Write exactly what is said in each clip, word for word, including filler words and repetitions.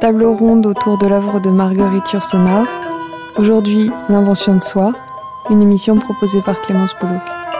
Table ronde autour de l'œuvre de Marguerite Yourcenar. Aujourd'hui, l'invention de soi, une émission proposée par Clémence Bouloc.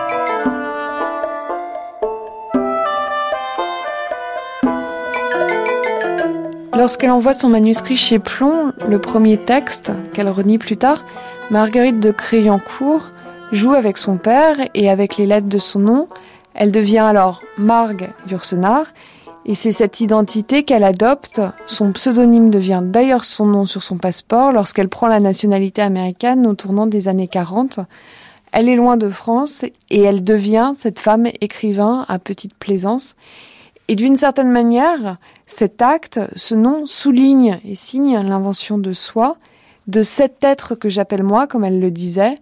Lorsqu'elle envoie son manuscrit chez Plon, le premier texte, qu'elle renie plus tard, Marguerite de Créancourt joue avec son père et avec les lettres de son nom. Elle devient alors Margue Yourcenar, et c'est cette identité qu'elle adopte. Son pseudonyme devient d'ailleurs son nom sur son passeport lorsqu'elle prend la nationalité américaine au tournant des années quarante. Elle est loin de France et elle devient cette femme écrivain à petite plaisance. Et d'une certaine manière, cet acte, ce nom, souligne et signe l'invention de soi, de cet être que j'appelle moi, comme elle le disait.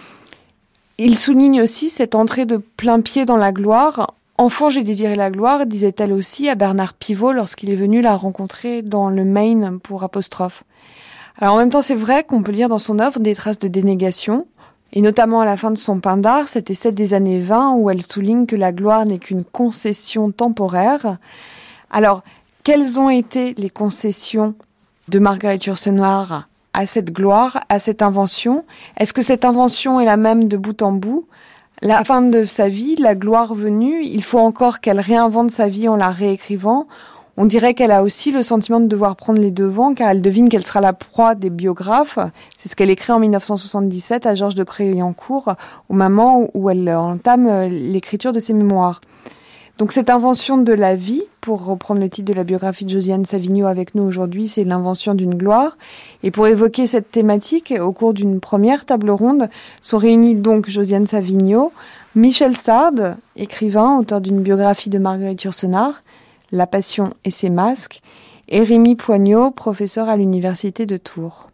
Il souligne aussi cette entrée de plein pied dans la gloire. Enfant, j'ai désiré la gloire, disait-elle aussi à Bernard Pivot lorsqu'il est venu la rencontrer dans le Maine pour apostrophe. Alors en même temps, c'est vrai qu'on peut lire dans son œuvre des traces de dénégation, et notamment à la fin de son Pindare, cet essai des années vingt où elle souligne que la gloire n'est qu'une concession temporaire. Alors, quelles ont été les concessions de Marguerite Yourcenar à cette gloire, à cette invention? Est-ce que cette invention est la même de bout en bout? La fin de sa vie, la gloire venue, il faut encore qu'elle réinvente sa vie en la réécrivant. On dirait qu'elle a aussi le sentiment de devoir prendre les devants, car elle devine qu'elle sera la proie des biographes. C'est ce qu'elle écrit en dix-neuf cent soixante-dix-sept à Georges de Créancourt, au moment où elle entame l'écriture de ses mémoires. Donc cette invention de la vie, pour reprendre le titre de la biographie de Josiane Savigno avec nous aujourd'hui, c'est l'invention d'une gloire. Et pour évoquer cette thématique, au cours d'une première table ronde, sont réunis donc Josiane Savigno, Michel Sard, écrivain, auteur d'une biographie de Marguerite Yourcenar, La Passion et ses masques, et Rémi Poignot, professeur à l'université de Tours.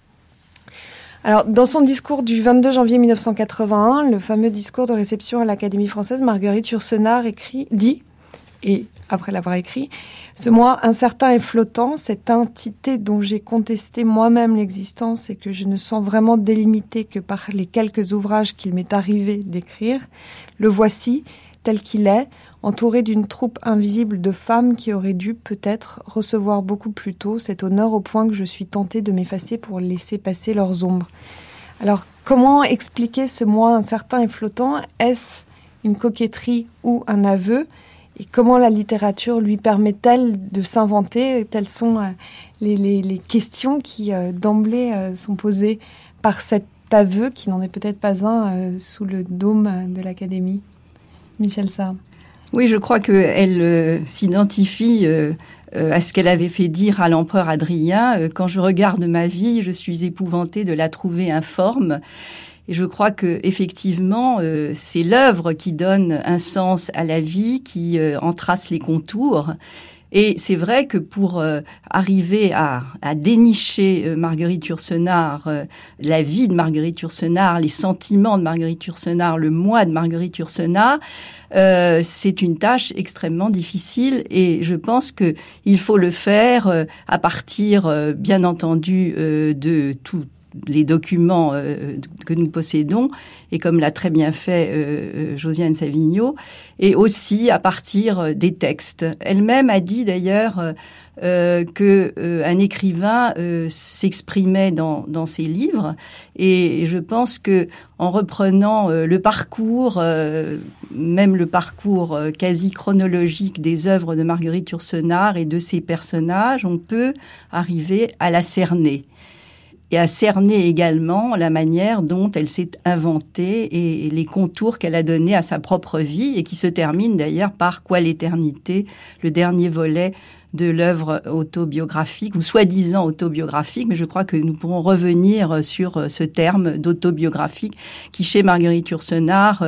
Alors, dans son discours du vingt-deux janvier mille neuf cent quatre-vingt-un, le fameux discours de réception à l'Académie française, Marguerite Yourcenar écrit, dit, et après l'avoir écrit, « Ce moi incertain et flottant, cette entité dont j'ai contesté moi-même l'existence et que je ne sens vraiment délimité que par les quelques ouvrages qu'il m'est arrivé d'écrire, le voici, tel qu'il est, entouré d'une troupe invisible de femmes qui auraient dû, peut-être, recevoir beaucoup plus tôt cet honneur au point que je suis tentée de m'effacer pour laisser passer leurs ombres. » Alors, comment expliquer ce moi incertain et flottant? Est-ce une coquetterie ou un aveu? Et comment la littérature lui permet-elle de s'inventer? Telles sont euh, les, les, les questions qui, euh, d'emblée, euh, sont posées par cet aveu, qui n'en est peut-être pas un, euh, sous le dôme de l'Académie. Michel Sard. Oui, je crois qu'elle euh, s'identifie euh, euh, à ce qu'elle avait fait dire à l'empereur Adrien. Euh, Quand je regarde ma vie, je suis épouvantée de la trouver informe. Et je crois que effectivement, euh, c'est l'œuvre qui donne un sens à la vie, qui euh, en trace les contours. Et c'est vrai que pour euh, arriver à, à dénicher euh, Marguerite Yourcenar, euh, la vie de Marguerite Yourcenar, les sentiments de Marguerite Yourcenar, le moi de Marguerite Yourcenar, euh, c'est une tâche extrêmement difficile. Et je pense que il faut le faire euh, à partir, euh, bien entendu, euh, de tout. les documents euh, que nous possédons, et comme l'a très bien fait euh, Josiane Savigno, et aussi à partir des textes. Elle-même a dit d'ailleurs euh, euh, que euh, un écrivain euh, s'exprimait dans, dans ses livres, et je pense que en reprenant euh, le parcours, euh, même le parcours euh, quasi chronologique des œuvres de Marguerite Yourcenar et de ses personnages, on peut arriver à la cerner. Et à cerner également la manière dont elle s'est inventée et les contours qu'elle a donnés à sa propre vie, et qui se termine d'ailleurs par Quoi l'éternité, le dernier volet de l'œuvre autobiographique, ou soi-disant autobiographique, mais je crois que nous pourrons revenir sur ce terme d'autobiographique qui, chez Marguerite Yourcenar,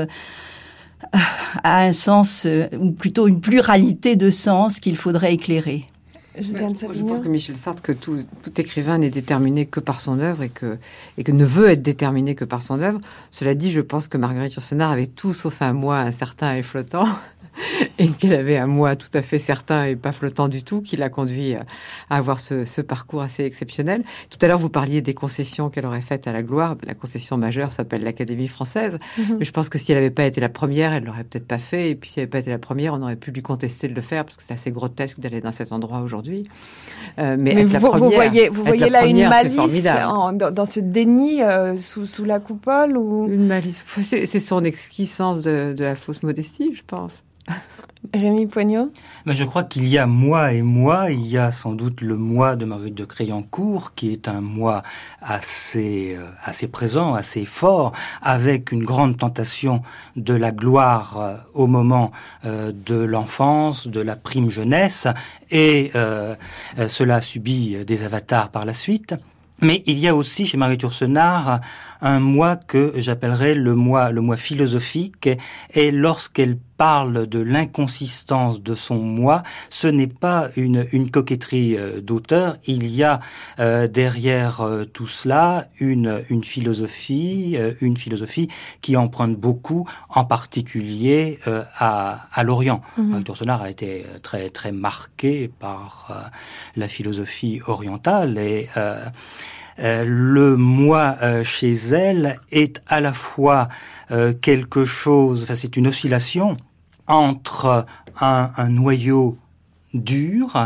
a un sens, ou plutôt une pluralité de sens qu'il faudrait éclairer. Moi, je pense que Michel Sard, que tout, tout écrivain n'est déterminé que par son œuvre et que, et que ne veut être déterminé que par son œuvre. Cela dit, je pense que Marguerite Yourcenar avait tout sauf un moi incertain et flottant. et qu'elle avait un moi tout à fait certain et pas flottant du tout, qui l'a conduit à avoir ce, ce parcours assez exceptionnel. Tout à l'heure, vous parliez des concessions qu'elle aurait faites à la gloire. La concession majeure s'appelle l'Académie française. Mm-hmm. Mais je pense que si elle n'avait pas été la première, elle l'aurait peut-être pas fait. Et puis, si elle n'avait pas été la première, on aurait pu lui contester de le faire, parce que c'est assez grotesque d'aller dans cet endroit aujourd'hui. Euh, mais mais être vous, la première, vous voyez, vous voyez là première, une malice en, dans, dans ce déni euh, sous, sous la coupole ou... Une malice. C'est, c'est son exquis sens de, de la fausse modestie, je pense. Rémi Poignot. Mais je crois qu'il y a moi et moi. Il y a sans doute le moi de Marguerite de Créancourt, qui est un moi assez, euh, assez présent, assez fort, avec une grande tentation de la gloire euh, au moment euh, de l'enfance, de la prime jeunesse, et euh, euh, cela a subi des avatars par la suite. Mais il y a aussi chez Marguerite Yourcenar un moi que j'appellerais le moi, le moi philosophique. Et lorsqu'elle parle de l'inconsistance de son moi, ce n'est pas une, une coquetterie euh, d'auteur. Il y a euh, derrière euh, tout cela une, une philosophie, euh, une philosophie qui emprunte beaucoup, en particulier euh, à, à l'Orient. Mm-hmm. Marguerite Yourcenar a été très très marquée par euh, la philosophie orientale et euh, Euh, le moi euh, chez elle est à la fois euh, quelque chose, enfin c'est une oscillation entre un, un noyau dur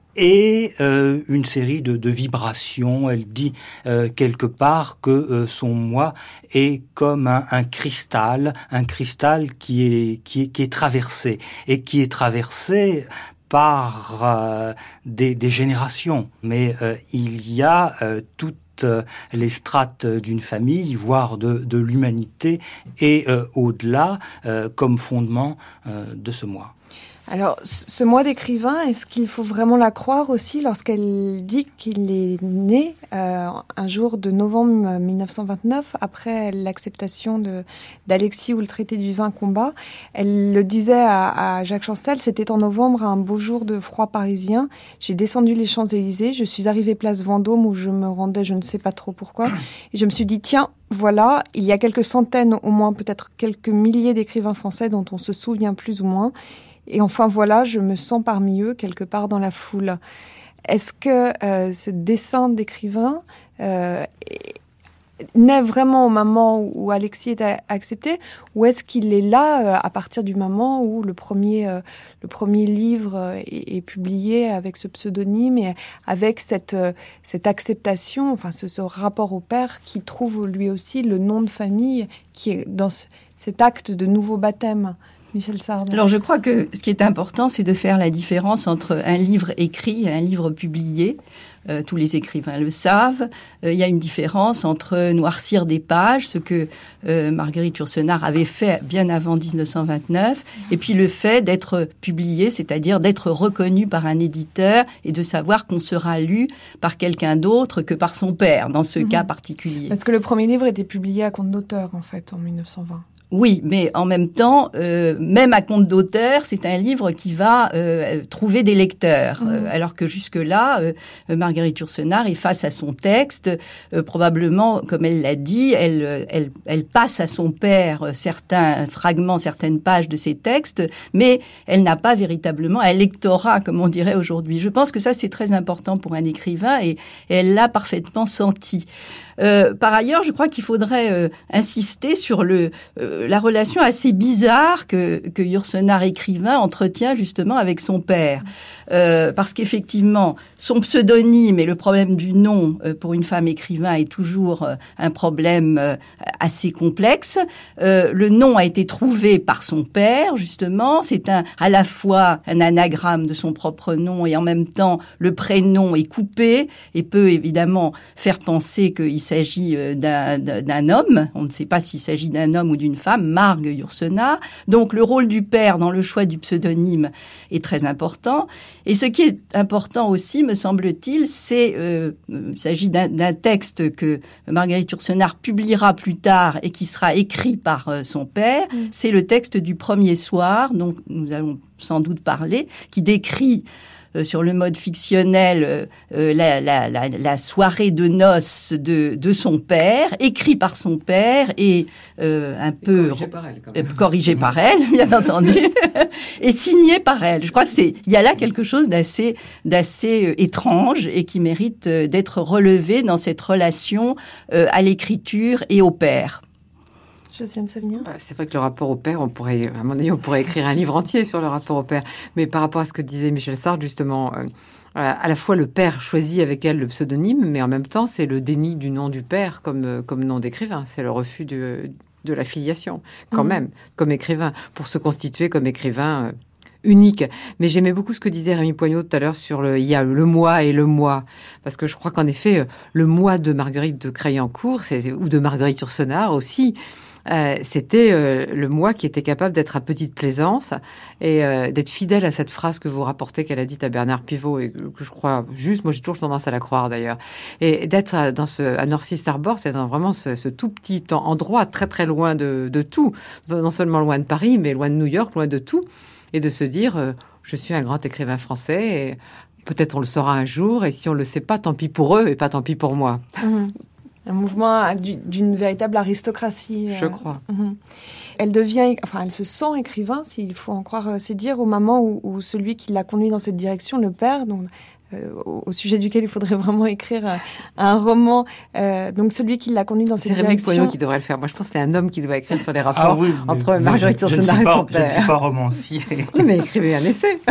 et euh, une série de, de vibrations. Elle dit euh, quelque part que euh, son moi est comme un, un cristal, un cristal qui est, qui est, qui est traversé et qui est traversé par euh, des, des générations. Mais euh, il y a euh, toutes les strates d'une famille, voire de, de l'humanité, et euh, au-delà, euh, comme fondement euh, de ce moi. Alors, ce moi d'écrivain, est-ce qu'il faut vraiment la croire aussi lorsqu'elle dit qu'il est né euh, un jour de novembre mille neuf cent vingt-neuf, après l'acceptation de, d'Alexis ou le traité du vingt combat? Elle le disait à, à Jacques Chancel, c'était en novembre, un beau jour de froid parisien. J'ai descendu les Champs-Élysées, je suis arrivée place Vendôme où je me rendais, je ne sais pas trop pourquoi. Et je me suis dit, tiens, voilà, il y a quelques centaines, au moins peut-être quelques milliers d'écrivains français dont on se souvient plus ou moins. Et enfin, voilà, je me sens parmi eux, quelque part dans la foule. Est-ce que euh, ce dessin d'écrivain euh, naît vraiment au moment où Alexis est accepté, ou est-ce qu'il est là euh, à partir du moment où le premier, euh, le premier livre euh, est, est publié avec ce pseudonyme et avec cette, euh, cette acceptation, enfin ce, ce rapport au père qui trouve lui aussi le nom de famille qui est dans ce, cet acte de nouveau baptême? Michel Sardin. Alors je crois que ce qui est important, c'est de faire la différence entre un livre écrit et un livre publié. Euh, tous les écrivains le savent. Euh, il y a une différence entre noircir des pages, ce que euh, Marguerite Yourcenar avait fait bien avant dix-neuf cent vingt-neuf, et puis le fait d'être publié, c'est-à-dire d'être reconnu par un éditeur et de savoir qu'on sera lu par quelqu'un d'autre que par son père, dans ce mmh. cas particulier. Parce que le premier livre était publié à compte d'auteur, en fait, en mille neuf cent vingt. Oui, mais en même temps, euh, même à compte d'auteur, c'est un livre qui va euh, trouver des lecteurs. Mmh. Euh, alors que jusque-là, euh, Marguerite Yourcenar est face à son texte. Euh, probablement, comme elle l'a dit, elle, elle, elle passe à son père certains fragments, certaines pages de ses textes, mais elle n'a pas véritablement un lectorat, comme on dirait aujourd'hui. Je pense que ça, c'est très important pour un écrivain et, et elle l'a parfaitement senti. Euh, par ailleurs, je crois qu'il faudrait euh, insister sur le, euh, la relation assez bizarre que, que Yourcenar écrivain entretient justement avec son père. Euh, parce qu'effectivement, son pseudonyme et le problème du nom euh, pour une femme écrivain est toujours euh, un problème euh, assez complexe. Euh, le nom a été trouvé par son père, justement. C'est un, à la fois un anagramme de son propre nom et en même temps, le prénom est coupé et peut évidemment faire penser qu'il Il s'agit d'un, d'un homme. On ne sait pas s'il s'agit d'un homme ou d'une femme, Margue Yourcenar. Donc, le rôle du père dans le choix du pseudonyme est très important. Et ce qui est important aussi, me semble-t-il, c'est euh, il s'agit d'un, d'un texte que Marguerite Yourcenar publiera plus tard et qui sera écrit par euh, son père. Mmh. C'est le texte du premier soir, dont nous allons sans doute parler, qui décrit euh, sur le mode fictionnel euh, la, la, la, la soirée de noces de, de son père, écrit par son père et euh, un peu corrigé par elle, quand même. Euh, corrigé par elle, bien entendu, et signé par elle. Je crois que c'est, il y a là quelque chose d'assez, d'assez euh, étrange et qui mérite euh, d'être relevé dans cette relation euh, à l'écriture et au père. Josiane Savigny. C'est vrai que le rapport au père, on pourrait, à mon avis, on pourrait écrire un livre entier sur le rapport au père. Mais par rapport à ce que disait Michel Sard, justement, euh, à la fois le père choisit avec elle le pseudonyme, mais en même temps, c'est le déni du nom du père comme, comme nom d'écrivain. C'est le refus de, de la filiation, quand mmh. même, comme écrivain, pour se constituer comme écrivain euh, unique. Mais j'aimais beaucoup ce que disait Rémi Poignot tout à l'heure sur le, il y a le moi et le moi. Parce que je crois qu'en effet, le moi de Marguerite de Crayencourt, c'est, ou de Marguerite Yourcenar aussi, Euh, c'était euh, le moi qui était capable d'être à petite plaisance et euh, d'être fidèle à cette phrase que vous rapportez qu'elle a dite à Bernard Pivot et que, que je crois juste, moi j'ai toujours tendance à la croire d'ailleurs, et d'être dans ce, à North Sea Starboard, c'est dans vraiment ce, ce tout petit endroit très très loin de, de tout, non seulement loin de Paris mais loin de New York, loin de tout, et de se dire euh, je suis un grand écrivain français et peut-être on le saura un jour, et si on le sait pas, tant pis pour eux et pas tant pis pour moi. Mmh. Un mouvement d'une véritable aristocratie. Je crois. Euh, elle devient, enfin, elle se sent écrivain, s'il faut en croire ses dires, au moment où, où celui qui l'a conduit dans cette direction, le père, donc, euh, au, au sujet duquel il faudrait vraiment écrire un, un roman. Euh, donc celui qui l'a conduit dans cette c'est direction. C'est Rémi Poignot qui devrait le faire. Moi, je pense que c'est un homme qui doit écrire sur les rapports ah oui, entre Marguerite Yourcenar et son père. Je ne suis pas romancier. Oui, mais écrivez un essai.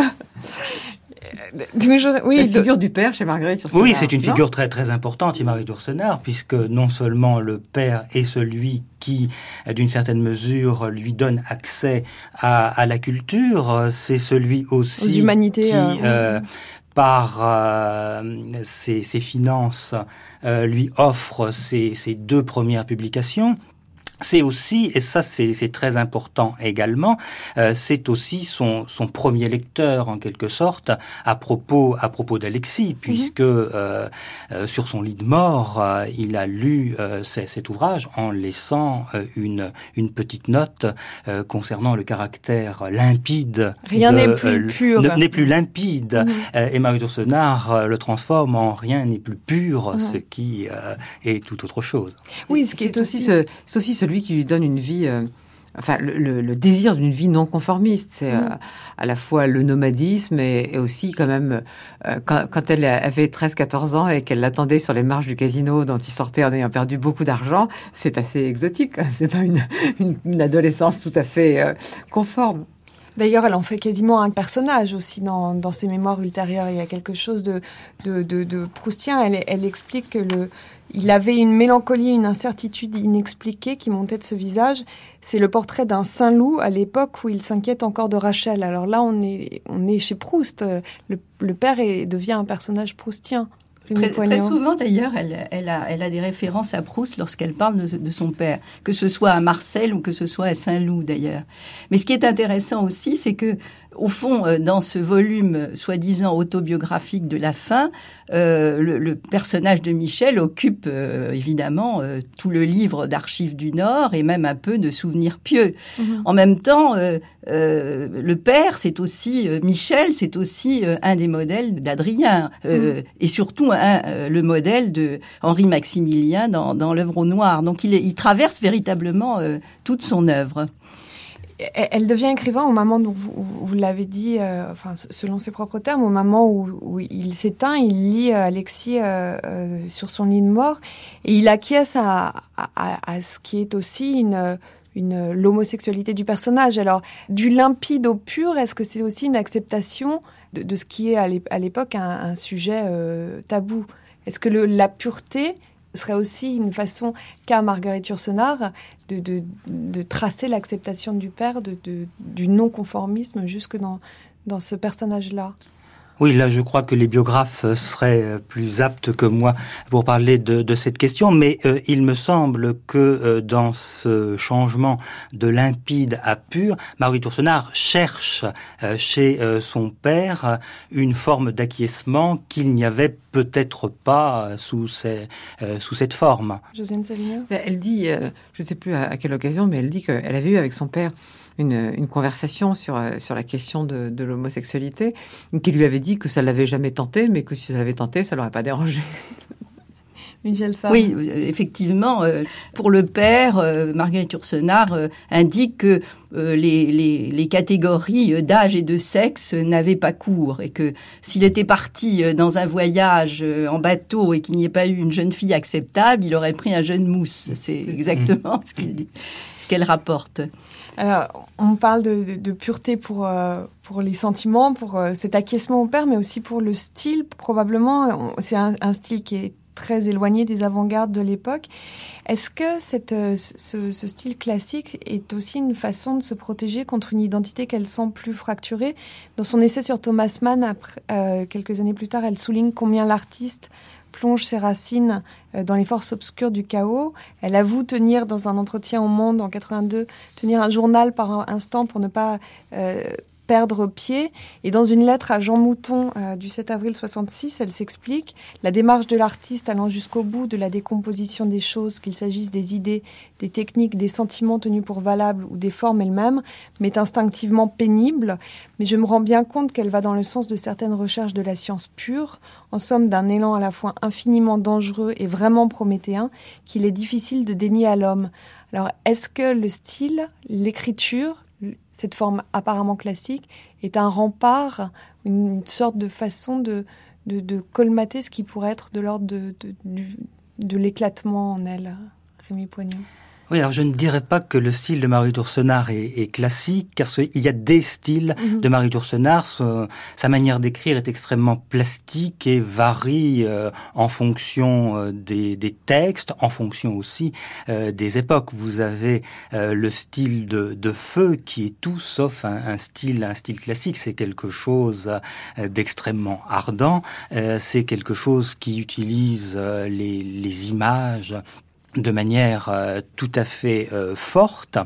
Toujours, oui, la figure de... du père chez Marguerite Yourcenar. Oui, c'est une non figure très très importante, Marguerite Yourcenar, puisque non seulement le père est celui qui, d'une certaine mesure, lui donne accès à, à la culture, c'est celui aussi aux humanités, qui, euh, euh, par euh, ses, ses finances, euh, lui offre ses, ses deux premières publications. C'est aussi, et ça c'est, c'est très important également, euh, c'est aussi son, son premier lecteur en quelque sorte à propos à propos d'Alexis, puisque mmh. euh, euh, sur son lit de mort, euh, il a lu euh, cet, cet ouvrage en laissant euh, une une petite note euh, concernant le caractère limpide. Rien de, n'est plus euh, pur. Ne, n'est plus limpide. Mmh. Euh, et Marguerite Yourcenar euh, le transforme en rien n'est plus pur, mmh. ce qui euh, est tout autre chose. Oui, ce qui c'est est aussi, ce, c'est aussi celui qui lui donne une vie, euh, enfin le, le, le désir d'une vie non conformiste. C'est mmh. euh, à la fois le nomadisme et, et aussi quand même euh, quand, quand elle avait treize quatorze ans et qu'elle l'attendait sur les marches du casino dont il sortait en ayant perdu beaucoup d'argent, c'est assez exotique. C'est pas une, une, une adolescence tout à fait euh, conforme. D'ailleurs, elle en fait quasiment un personnage aussi dans, dans ses mémoires ultérieures. Il y a quelque chose de, de, de, de proustien. Elle, elle explique que le, il avait une mélancolie, une incertitude inexpliquée qui montait de ce visage. C'est le portrait d'un Saint-Loup à l'époque où il s'inquiète encore de Rachel. Alors là, on est, on est chez Proust. Le, le père est, devient un personnage proustien. Très, très souvent, d'ailleurs, elle, elle, a, elle a des références à Proust lorsqu'elle parle de, de son père, que ce soit à Marcel ou que ce soit à Saint-Loup, d'ailleurs. Mais ce qui est intéressant aussi, c'est que, au fond, dans ce volume soi-disant autobiographique de la fin, euh, le, le personnage de Michel occupe euh, évidemment euh, tout le livre d'archives du Nord et même un peu de souvenirs pieux. Mmh. En même temps, euh, euh, le père, c'est aussi euh, Michel, c'est aussi euh, un des modèles d'Adrien euh, mmh. et surtout un, euh, le modèle de Henri Maximilien dans, dans l'œuvre au noir. Donc il, est, il traverse véritablement euh, toute son œuvre. Elle devient écrivain au moment, donc vous, vous l'avez dit, euh, enfin selon ses propres termes, au moment où, où il s'éteint, il lit euh, Alexis euh, euh, sur son lit de mort et il acquiesce à, à, à ce qui est aussi une, une, l'homosexualité du personnage. Alors, du limpide au pur, est-ce que c'est aussi une acceptation de, de ce qui est à l'époque un, un sujet euh, tabou ? Est-ce que le, la pureté serait aussi une façon qu'a Marguerite Yourcenar de, de, de tracer l'acceptation du père, de, de, du non-conformisme jusque dans, dans ce personnage-là? Oui, là, je crois que les biographes seraient plus aptes que moi pour parler de, de cette question, mais euh, il me semble que euh, dans ce changement de limpide à pur, Marguerite Yourcenar cherche euh, chez euh, son père une forme d'acquiescement qu'il n'y avait peut-être pas sous, ces, euh, sous cette forme. Josiane Savigny. Elle dit, euh, je ne sais plus à, à quelle occasion, mais elle dit qu'elle avait eu avec son père une, une conversation sur, sur la question de, de l'homosexualité, qui lui avait dit que ça ne l'avait jamais tenté, mais que si ça l'avait tenté, ça ne l'aurait pas dérangé. Michel Sarr. Oui, effectivement, euh, pour le père, euh, Marguerite Yourcenar euh, indique que euh, les, les, les catégories d'âge et de sexe n'avaient pas cours et que s'il était parti euh, dans un voyage euh, en bateau et qu'il n'y ait pas eu une jeune fille acceptable, il aurait pris un jeune mousse. C'est exactement ce qu'il dit, ce qu'elle rapporte. Alors, on parle de, de, de pureté pour, euh, pour les sentiments, pour euh, cet acquiescement au père, mais aussi pour le style. Probablement, on, c'est un, un style qui est très éloigné des avant-gardes de l'époque. Est-ce que cette, ce, ce style classique est aussi une façon de se protéger contre une identité qu'elle sent plus fracturée ? Dans son essai sur Thomas Mann, après, euh, quelques années plus tard, elle souligne combien l'artiste plonge ses racines dans les forces obscures du chaos. Elle avoue tenir, dans un entretien au Monde en quatre-vingt-deux, tenir un journal par instant pour ne pas euh, perdre pied. Et dans une lettre à Jean Mouton euh, du sept avril soixante-six, elle s'explique « La démarche de l'artiste allant jusqu'au bout de la décomposition des choses, qu'il s'agisse des idées, des techniques, des sentiments tenus pour valables ou des formes elles-mêmes, m'est instinctivement pénible, mais je me rends bien compte qu'elle va dans le sens de certaines recherches de la science pure, en somme d'un élan à la fois infiniment dangereux et vraiment prométhéen, qu'il est difficile de dénier à l'homme. » Alors, est-ce que le style, l'écriture, cette forme apparemment classique, est un rempart, une sorte de façon de, de, de colmater ce qui pourrait être de l'ordre de, de, de, de l'éclatement en elle, Rémi Poignot? Oui, alors je ne dirais pas que le style de Marguerite Yourcenar est, est classique, car il y a des styles mmh. de Marguerite Yourcenar. Sa, sa manière d'écrire est extrêmement plastique et varie euh, en fonction euh, des, des textes, en fonction aussi euh, des époques. Vous avez euh, le style de, de Feu qui est tout sauf un, un style, un style classique. C'est quelque chose euh, d'extrêmement ardent. Euh, c'est quelque chose qui utilise euh, les, les images de manière euh, tout à fait euh, forte.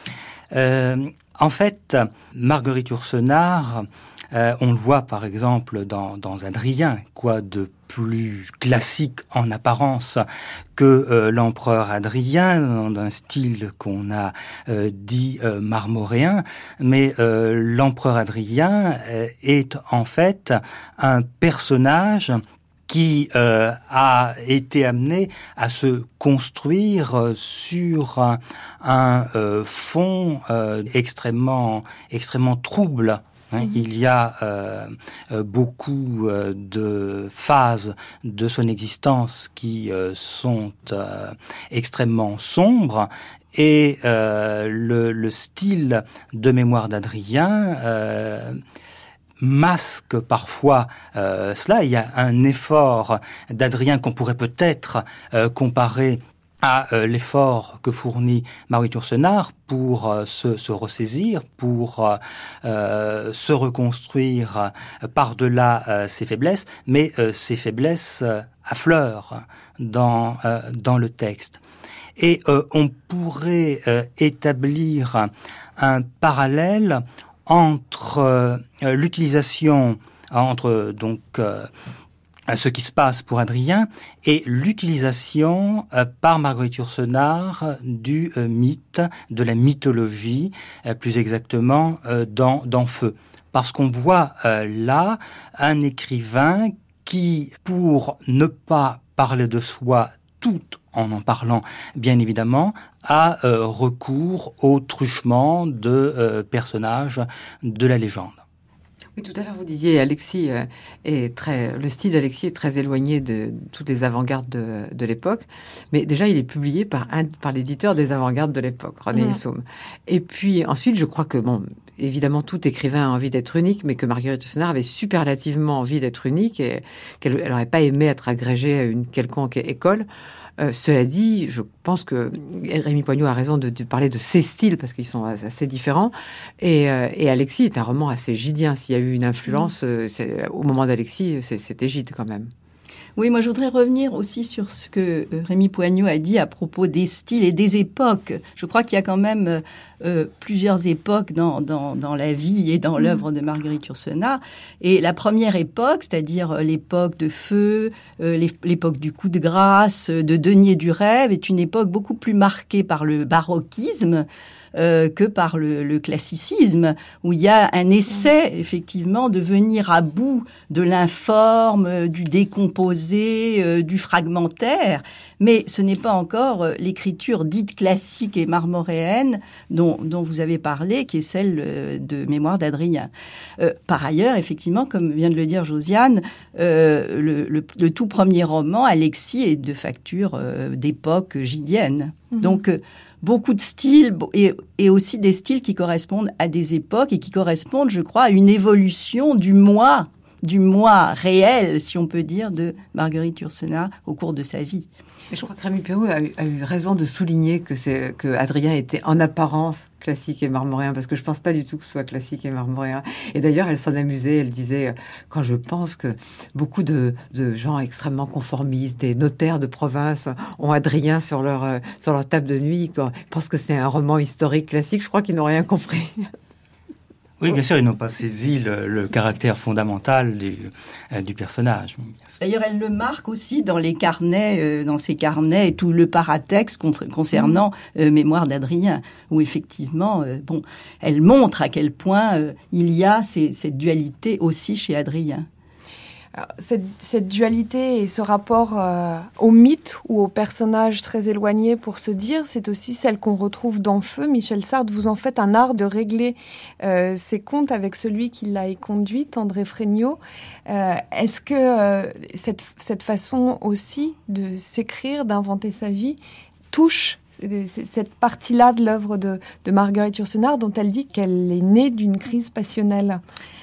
Euh, en fait, Marguerite Yourcenar, euh, on le voit par exemple dans, dans Adrien, quoi de plus classique en apparence que euh, l'empereur Adrien, dans un style qu'on a euh, dit euh, marmoréen, mais euh, l'empereur Adrien euh, est en fait un personnage qui euh, a été amené à se construire euh, sur un, un euh, fond euh, extrêmement, extrêmement trouble. Hein. Mmh. Il y a euh, beaucoup euh, de phases de son existence qui euh, sont euh, extrêmement sombres. Et euh, le, le style de Mémoires d'Adrien euh, masque parfois euh, cela. Il y a un effort d'Adrien qu'on pourrait peut-être euh, comparer à euh, l'effort que fournit Marguerite Yourcenar pour euh, se, se ressaisir, pour euh, euh, se reconstruire euh, par-delà euh, ses faiblesses, mais euh, ces faiblesses euh, affleurent dans, euh, dans le texte. Et euh, on pourrait euh, établir un parallèle entre euh, l'utilisation, entre donc euh, ce qui se passe pour Adrien et l'utilisation euh, par Marguerite Yourcenar du euh, mythe, de la mythologie, euh, plus exactement euh, dans, dans Feu. Parce qu'on voit euh, là un écrivain qui, pour ne pas parler de soi tout en en parlant, bien évidemment, a euh, recours au truchement de euh, personnages de la légende. Oui, tout à l'heure, vous disiez, Alexis euh, est très, le style d'Alexis est très éloigné de toutes les avant-gardes de, de l'époque. Mais déjà, il est publié par, un, par l'éditeur des avant-gardes de l'époque, René mmh. Saume. Et puis, ensuite, je crois que, bon, évidemment, tout écrivain a envie d'être unique, mais que Marguerite Yourcenar avait superlativement envie d'être unique et qu'elle n'aurait pas aimé être agrégée à une quelconque école. Euh, cela dit, je pense que Rémi Poignot a raison de, de parler de ces styles parce qu'ils sont assez différents. Et, euh, et Alexis est un roman assez gidien. S'il y a eu une influence, euh, c'est, au moment d'Alexis, c'est, c'était gide quand même. Oui, moi je voudrais revenir aussi sur ce que Rémi Poignot a dit à propos des styles et des époques. Je crois qu'il y a quand même euh, plusieurs époques dans, dans, dans la vie et dans l'œuvre de Marguerite Yourcenar. Et la première époque, c'est-à-dire l'époque de Feu, euh, l'époque du coup de grâce, de Denier du rêve, est une époque beaucoup plus marquée par le baroquisme, euh, que par le, le classicisme, où il y a un essai, effectivement, de venir à bout de l'informe, du décomposé, euh, du fragmentaire. Mais ce n'est pas encore l'écriture dite classique et marmoréenne dont, dont vous avez parlé, qui est celle de Mémoires d'Adrien. Euh, par ailleurs, effectivement, comme vient de le dire Josiane, euh, le, le, le tout premier roman, Alexis, est de facture euh, d'époque gydienne. Mmh. Donc, euh, beaucoup de styles et, et aussi des styles qui correspondent à des époques et qui correspondent, je crois, à une évolution du moi, du moi réel, si on peut dire, de Marguerite Yourcenar au cours de sa vie. Et je crois que Rémi Perrault a eu, a eu raison de souligner que, c'est, que Adrien était en apparence classique et marmoréen, parce que je pense pas du tout que ce soit classique et marmoréen. Et d'ailleurs, elle s'en amusait, elle disait, quand je pense que beaucoup de, de gens extrêmement conformistes, des notaires de province, ont Adrien sur leur, sur leur table de nuit, quand ils pensent que c'est un roman historique classique, je crois qu'ils n'ont rien compris. Oui, bien sûr, ils n'ont pas saisi le, le caractère fondamental du, euh, du personnage. D'ailleurs, elle le marque aussi dans les carnets, euh, dans ses carnets, et tout le paratexte contre, concernant euh, Mémoires d'Adrien, où effectivement, euh, bon, elle montre à quel point euh, il y a ces, cette dualité aussi chez Adrien. Alors, cette, cette dualité et ce rapport euh, au mythe ou au personnage très éloigné pour se dire, c'est aussi celle qu'on retrouve dans Feu. Michel Sard, vous en faites un art de régler euh, ses comptes avec celui qui l'a éconduite, André Fréniaud. Euh, est-ce que euh, cette, cette façon aussi de s'écrire, d'inventer sa vie, touche cette partie-là de l'œuvre de, de Marguerite Yourcenar, dont elle dit qu'elle est née d'une crise passionnelle ?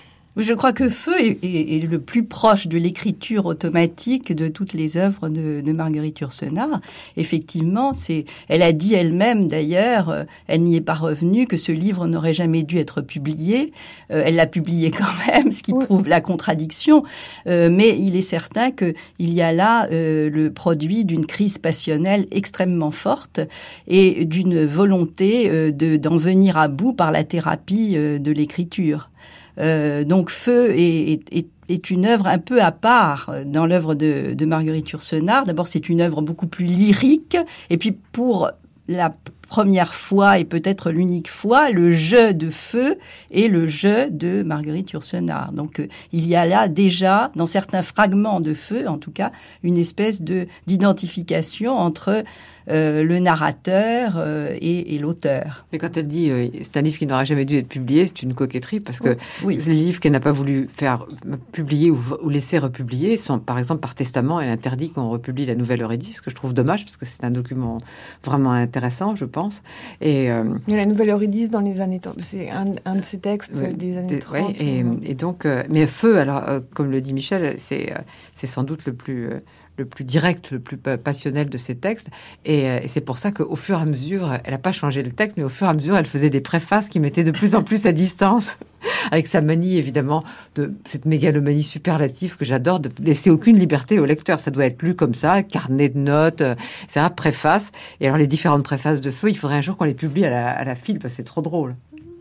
Je crois que Feu est, est, est le plus proche de l'écriture automatique de toutes les œuvres de, de Marguerite Yourcenar. Effectivement, c'est, elle a dit elle-même d'ailleurs, euh, elle n'y est pas revenue, que ce livre n'aurait jamais dû être publié. Euh, elle l'a publié quand même, ce qui oui. prouve la contradiction. Euh, mais il est certain qu'il y a là euh, le produit d'une crise passionnelle extrêmement forte et d'une volonté euh, de, d'en venir à bout par la thérapie euh, de l'écriture. Euh, donc Feu est, est, est une œuvre un peu à part dans l'œuvre de, de Marguerite Yourcenar. D'abord, c'est une œuvre beaucoup plus lyrique. Et puis, pour la première fois et peut-être l'unique fois, le jeu de Feu est le jeu de Marguerite Yourcenar. Donc, euh, il y a là déjà, dans certains fragments de Feu, en tout cas, une espèce de, d'identification entre euh, le narrateur euh, et, et l'auteur. Mais quand elle dit euh, c'est un livre qui n'aurait jamais dû être publié, c'est une coquetterie, parce que oui. les livres qu'elle n'a pas voulu faire publier ou, ou laisser republier sont, par exemple, par testament, elle interdit qu'on republie la Nouvelle Eurydice, ce que je trouve dommage, parce que c'est un document vraiment intéressant, je pense. Et, euh, et la Nouvelle Eurydice dans les années trente, c'est un, un de ces textes oui, des années trente. Oui, et, et donc, euh, mais Feu, alors, euh, comme le dit Michel, c'est, euh, c'est sans doute le plus... Euh, le plus direct, le plus passionnel de ces textes. Et, euh, et c'est pour ça qu'au fur et à mesure, elle n'a pas changé le texte, mais au fur et à mesure, elle faisait des préfaces qui mettaient de plus en plus à distance, avec sa manie, évidemment, de cette mégalomanie superlative que j'adore, de laisser aucune liberté au lecteur. Ça doit être lu comme ça, carnet de notes, euh, et cetera, préface. Et alors, les différentes préfaces de Feu, il faudrait un jour qu'on les publie à la, à la file, parce que c'est trop drôle.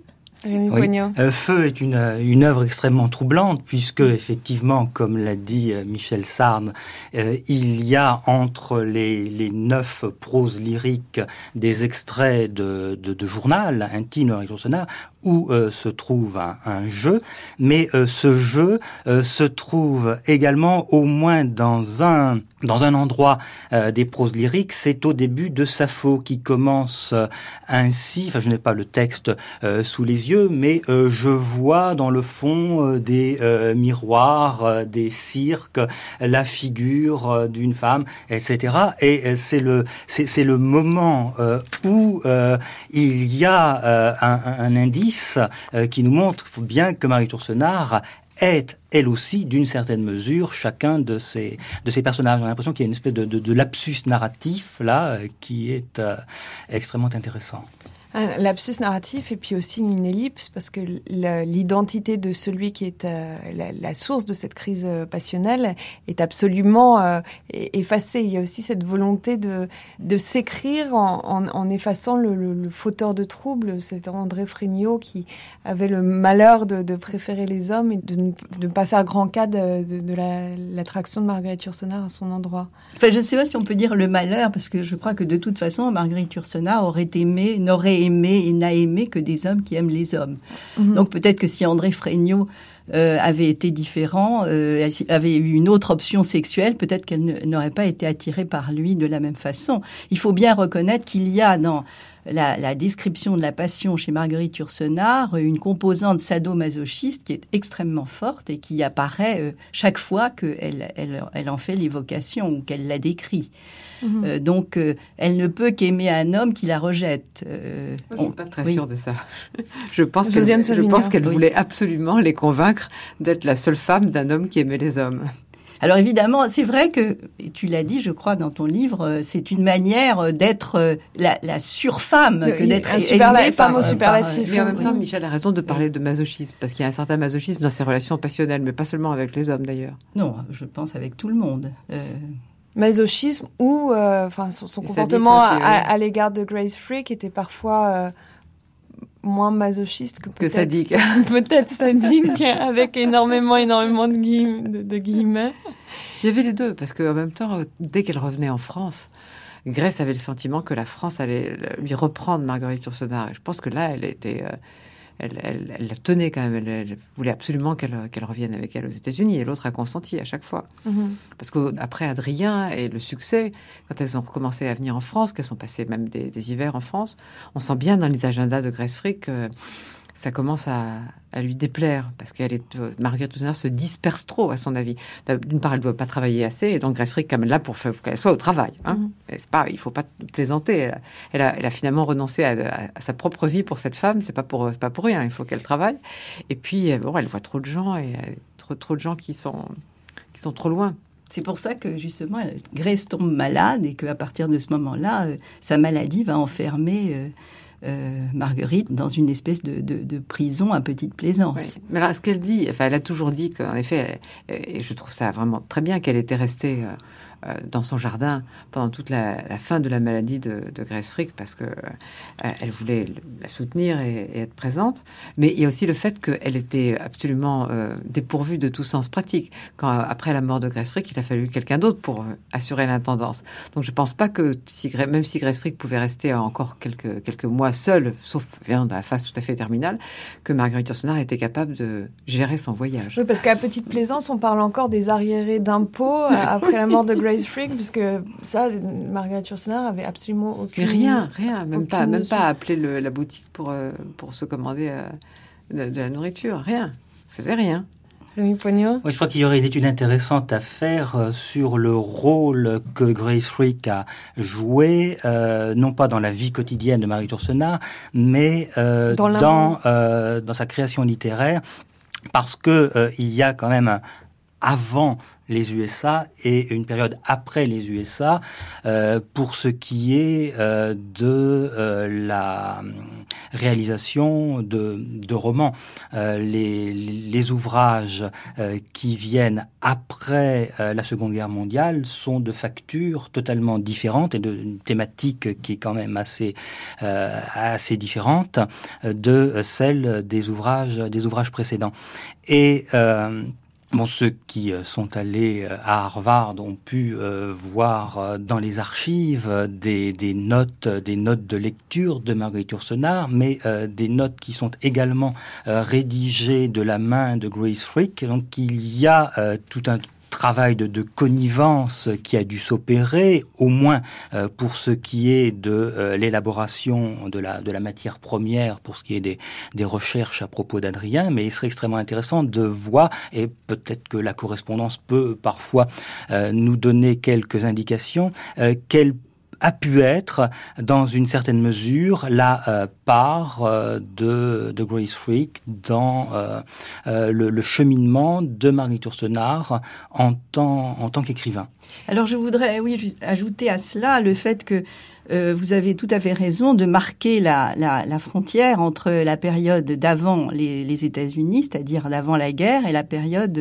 Oui. Euh, Feu est une, une œuvre extrêmement troublante puisque, effectivement, comme l'a dit euh, Michel Sard, euh, il y a entre les, les neuf proses lyriques des extraits de, de, de journal intime de Marguerite Yourcenar où euh, se trouve un, un jeu, mais euh, ce jeu euh, se trouve également au moins dans un dans un endroit euh, des proses lyriques, c'est au début de Sappho qui commence euh, ainsi, enfin je n'ai pas le texte euh, sous les yeux, mais euh, je vois dans le fond euh, des euh, miroirs, euh, des cirques, la figure euh, d'une femme, et cetera. Et euh, c'est le c'est, c'est le moment euh, où euh, il y a euh, un, un indice euh, qui nous montre bien que Marguerite Yourcenar est, elle aussi, d'une certaine mesure, chacun de ces, de ces personnages. On a l'impression qu'il y a une espèce de, de, de lapsus narratif, là, euh, qui est euh, extrêmement intéressant. Un lapsus narratif et puis aussi une ellipse, parce que l'identité de celui qui est euh, la, la source de cette crise passionnelle est absolument euh, effacée. Il y a aussi cette volonté de, de s'écrire en, en, en effaçant le, le, le fauteur de troubles. C'est André Fréniaud qui avait le malheur de, de préférer les hommes et de ne, de ne pas faire grand cas de, de, de la, l'attraction de Marguerite Yourcenar à son endroit. Enfin, je ne sais pas si on peut dire le malheur, parce que je crois que de toute façon, Marguerite Yourcenar aurait aimé, n'aurait aurait aimé et n'a aimé que des hommes qui aiment les hommes. Mmh. Donc peut-être que si André Fréniaux euh, avait été différent, euh, elle avait eu une autre option sexuelle, peut-être qu'elle ne, n'aurait pas été attirée par lui de la même façon. Il faut bien reconnaître qu'il y a dans la, la description de la passion chez Marguerite Yourcenar une composante sadomasochiste qui est extrêmement forte et qui apparaît euh, chaque fois qu'elle elle, elle en fait l'évocation ou qu'elle la décrit. Mmh. Euh, donc, euh, elle ne peut qu'aimer un homme qui la rejette. Euh, Moi, je ne suis pas très oui. sûre de ça. je pense qu'elle, Josiane je pense qu'elle oui. voulait absolument les convaincre d'être la seule femme d'un homme qui aimait les hommes. Alors évidemment, c'est vrai que, et tu l'as dit, je crois, dans ton livre, c'est une manière d'être la, la surfemme que d'être un super, aimée femme par, au superlatif. Par, mais en même temps, Michel a raison de parler de masochisme, parce qu'il y a un certain masochisme dans ses relations passionnelles, mais pas seulement avec les hommes d'ailleurs. Non, je pense avec tout le monde. Euh... Masochisme ou euh, enfin son, son comportement aussi, à, oui. à, à l'égard de Grace Frick était parfois euh, moins masochiste que, que sadique. Peut-être sadique avec énormément énormément de, guillemets, de, de guillemets. Il y avait les deux parce qu'en même temps, dès qu'elle revenait en France, Grace avait le sentiment que la France allait lui reprendre Marguerite Yourcenar. Et je pense que là, elle était euh, Elle, elle, elle la tenait quand même, elle, elle voulait absolument qu'elle, qu'elle revienne avec elle aux États-Unis, et l'autre a consenti à chaque fois. Mmh. Parce qu'après Adrien et le succès, quand elles ont recommencé à venir en France, qu'elles sont passées même des, des hivers en France, on sent bien dans les agendas de Grace Frick que ça commence à, à lui déplaire, parce qu'elle est, Marguerite Yourcenar se disperse trop, à son avis. D'une part, elle ne doit pas travailler assez, et donc Grace Frick, quand même, là, pour qu'elle soit au travail. Hein. Mmh. C'est pas, il ne faut pas plaisanter. Elle, elle, a, elle a finalement renoncé à, à, à sa propre vie pour cette femme, c'est pas pour, pas pour rien, il faut qu'elle travaille. Et puis, bon, elle voit trop de gens, et trop, trop de gens qui sont, qui sont trop loin. C'est pour ça que, justement, Grace tombe malade, et qu'à partir de ce moment-là, euh, sa maladie va enfermer... Euh, Euh, Marguerite dans une espèce de, de, de prison à petite plaisance. Oui. Mais alors, ce qu'elle dit, enfin, elle a toujours dit qu'en effet, elle, et je trouve ça vraiment très bien qu'elle était restée euh, euh, dans son jardin pendant toute la, la fin de la maladie de, de Grace Frick, parce que euh, elle voulait la soutenir et, et être présente. Mais il y a aussi le fait qu'elle était absolument euh, dépourvue de tout sens pratique. Quand, après la mort de Grace Frick, il a fallu quelqu'un d'autre pour euh, assurer l'intendance. Donc, je pense pas que, si, même si Grace Frick pouvait rester encore quelques, quelques mois seule, sauf dans la phase tout à fait terminale, que Marguerite Yourcenar était capable de gérer son voyage. Oui, parce qu'à Petite Plaisance, on parle encore des arriérés d'impôts après la mort de Grace Frick, puisque ça, Marguerite Yourcenar avait absolument aucune... Mais rien, rien, même pas, même pas appeler le, la boutique pour, euh, pour se commander euh, de, de la nourriture, rien, faisait rien. Rémi Poignot. Oui, je crois qu'il y aurait une étude intéressante à faire sur le rôle que Grace Frick a joué, euh, non pas dans la vie quotidienne de Marguerite Yourcenar, mais euh, dans, dans, euh, dans sa création littéraire, parce que euh, il y a quand même un avant les U S A et une période après les U S A euh, pour ce qui est euh, de euh, la réalisation de, de romans. Euh, les, les ouvrages euh, qui viennent après euh, la Seconde Guerre mondiale sont de factures totalement différentes et d'une thématique qui est quand même assez, euh, assez différente de celle des ouvrages, des ouvrages précédents. Et euh, Bon, ceux qui sont allés à Harvard ont pu euh, voir dans les archives des, des notes, des notes de lecture de Marguerite Yourcenar, mais euh, des notes qui sont également euh, rédigées de la main de Grace Frick. Donc, il y a euh, tout un travail de, de connivence qui a dû s'opérer, au moins euh, pour ce qui est de euh, l'élaboration de la, de la matière première, pour ce qui est des, des recherches à propos d'Adrien, mais il serait extrêmement intéressant de voir, et peut-être que la correspondance peut parfois euh, nous donner quelques indications, euh, quelle a pu être, dans une certaine mesure, la euh, part euh, de, de Grace Frick dans euh, euh, le, le cheminement de Marguerite Yourcenar en tant, en tant qu'écrivain. Alors je voudrais, oui, ajouter à cela le fait que euh, vous avez tout à fait raison de marquer la, la, la frontière entre la période d'avant les, les États-Unis, c'est-à-dire d'avant la guerre, et la période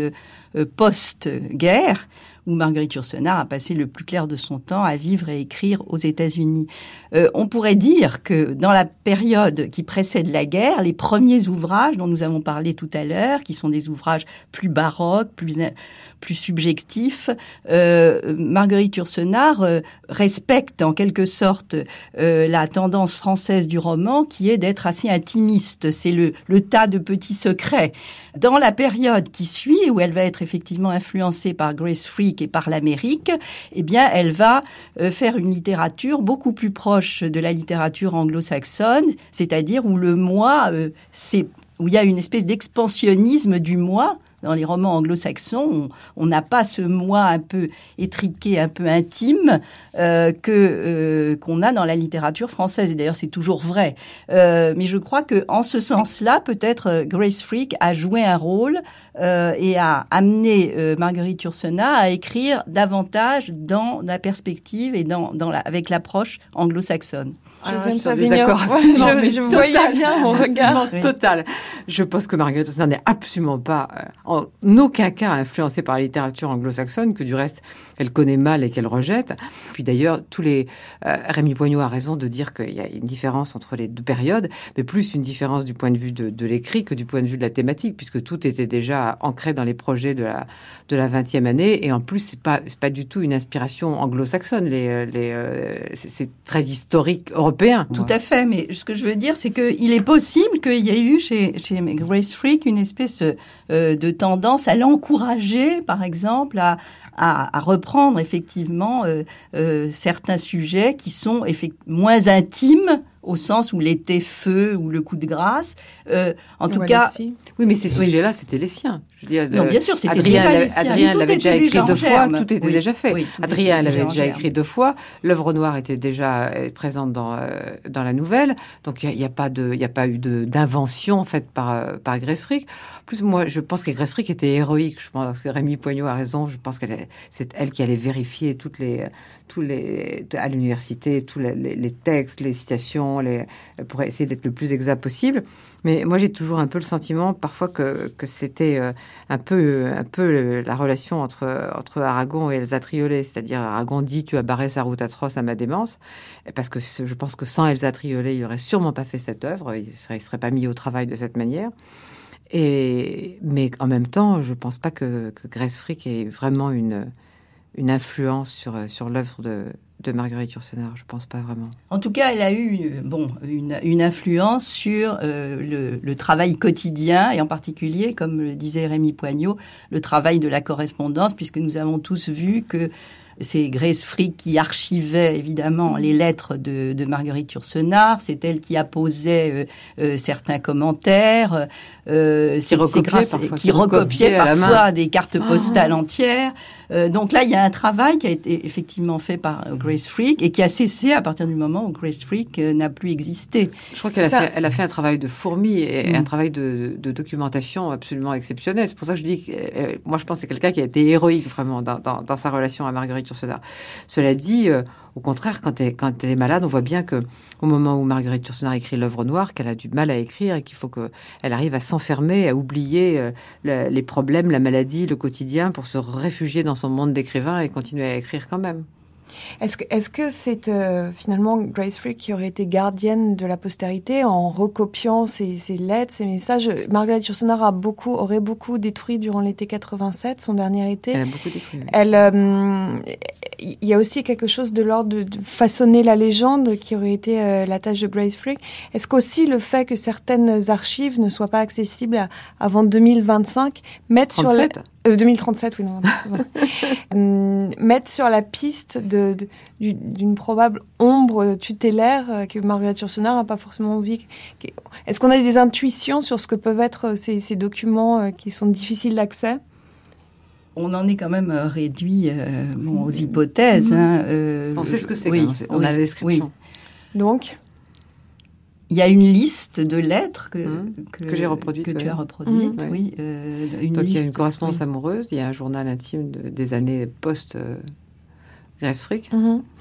euh, post-guerre, où Marguerite Yourcenar a passé le plus clair de son temps à vivre et écrire aux États-Unis. Euh, on pourrait dire que dans la période qui précède la guerre, les premiers ouvrages dont nous avons parlé tout à l'heure, qui sont des ouvrages plus baroques, plus, plus subjectifs, euh, Marguerite Yourcenar euh, respecte en quelque sorte euh, la tendance française du roman, qui est d'être assez intimiste. C'est le, le tas de petits secrets. Dans la période qui suit, où elle va être effectivement influencée par Grace Freak et par l'Amérique, eh bien, elle va euh, faire une littérature beaucoup plus proche de la littérature anglo-saxonne, c'est-à-dire où le moi, euh, c'est, où il y a une espèce d'expansionnisme du moi. Dans les romans anglo-saxons, on n'a pas ce moi un peu étriqué, un peu intime euh, que euh, qu'on a dans la littérature française. Et d'ailleurs, c'est toujours vrai. Euh, mais je crois que en ce sens-là, peut-être Grace Freak a joué un rôle euh, et a amené euh, Marguerite Yourcenar à écrire davantage dans la perspective et dans, dans la, avec l'approche anglo-saxonne. Alors, je suis d'accord. Ouais, je, je voyais bien mon regard. Oui. Total. Je pense que Marguerite Yourcenar n'est absolument pas, euh, en aucun cas, influencée par la littérature anglo-saxonne, que du reste, elle connaît mal et qu'elle rejette. Puis d'ailleurs, tous les euh, Rémi Poignot a raison de dire qu'il y a une différence entre les deux périodes, mais plus une différence du point de vue de, de l'écrit que du point de vue de la thématique, puisque tout était déjà ancré dans les projets de la de la vingtième année, et en plus, c'est pas c'est pas du tout une inspiration anglo-saxonne. Les les euh, c'est, c'est très historique européen. Tout ouais. à fait, mais ce que je veux dire, c'est qu'il est possible qu'il y ait eu chez, chez Grace Freak une espèce euh, de tendance à l'encourager, par exemple, à, à, à reprendre effectivement euh, euh, certains sujets qui sont effect- moins intimes, au sens où l'été feu ou le coup de grâce. Euh, en tout cas... Alexis. Oui, mais ces sujets-là, c'était les siens. Je veux dire, non, bien sûr, c'était Adrien, déjà les siens. Adrien l'avait déjà écrit deux fois, tout était oui. déjà fait. Oui, Adrien l'avait déjà écrit deux fois. L'œuvre noire était déjà présente dans, euh, dans la nouvelle. Donc, il n'y a, a, pas de, y a pas eu de, d'invention faite par, par Grace Freak. En plus, moi, je pense que Grace Freak était héroïque. Je pense que Rémi Poignot a raison. Je pense qu'elle est, c'est elle qui allait vérifier toutes les... tous les, à l'université, tous les, les textes, les citations, les, pour essayer d'être le plus exact possible. Mais moi, j'ai toujours un peu le sentiment, parfois, que, que c'était euh, un peu, un peu la relation entre, entre Aragon et Elsa Triolet. C'est-à-dire, Aragon dit « tu as barré sa route atroce à ma démence ». Parce que je pense que sans Elsa Triolet, il n'aurait sûrement pas fait cette œuvre. Il ne serait, serait pas mis au travail de cette manière. Et, mais en même temps, je ne pense pas que, que Grace Freak ait vraiment une... une influence sur, sur l'œuvre de, de Marguerite Yourcenar, je pense pas vraiment. En tout cas, elle a eu bon, une, une influence sur euh, le, le travail quotidien, et en particulier, comme le disait Rémi Poignot, le travail de la correspondance, puisque nous avons tous vu que c'est Grace Freak qui archivait évidemment les lettres de, de Marguerite Yourcenar. C'est elle qui apposait euh, euh, certains commentaires. Euh, qui c'est, recopiait c'est grâce, parfois, qui recopiait parfois des cartes postales oh. entières. Euh, donc là, il y a un travail qui a été effectivement fait par Grace Freak et qui a cessé à partir du moment où Grace Freak euh, n'a plus existé. Je crois qu'elle a, Ça... fait, elle a fait un travail de fourmi et mm. un travail de, de documentation absolument exceptionnel. C'est pour ça que je dis que euh, moi, je pense que c'est quelqu'un qui a été héroïque vraiment dans, dans, dans sa relation à Marguerite Yourcenar. Cela dit, euh, au contraire, quand elle, quand elle est malade, on voit bien que au moment où Marguerite Yourcenar écrit l'œuvre noire, qu'elle a du mal à écrire et qu'il faut qu'elle arrive à s'enfermer, à oublier euh, le, les problèmes, la maladie, le quotidien, pour se réfugier dans son monde d'écrivain et continuer à écrire quand même. Est-ce que, est-ce que c'est euh, finalement Grace Freak qui aurait été gardienne de la postérité en recopiant ses, ses lettres, ses messages? Marguerite Yourcenar a beaucoup, aurait beaucoup détruit durant l'été quatre-vingt-sept, son dernier été. Elle a beaucoup détruit. Oui. Elle, euh, il y a aussi quelque chose de l'ordre de, de façonner la légende qui aurait été euh, la tâche de Grace Freak. Est-ce qu'aussi le fait que certaines archives ne soient pas accessibles à, avant deux mille vingt-cinq mettent sur la... Euh, deux mille trente-sept, oui, non. euh, mettre sur la piste de, de, d'une probable ombre tutélaire que Marguerite Yourcenar n'a pas forcément envie. Est-ce qu'on a des intuitions sur ce que peuvent être ces, ces documents qui sont difficiles d'accès ? On en est quand même réduit euh, bon, aux hypothèses. Hein, euh, on sait ce que c'est, oui, on, on oui, a la description. Oui. Donc il y a une liste de lettres que, mmh, que, que j'ai reproduite, que ouais. tu as reproduite. Mmh, oui, euh, une Donc liste, il y a une correspondance oui. amoureuse, il y a un journal intime de, des années post euh, Grace Freak. Mmh.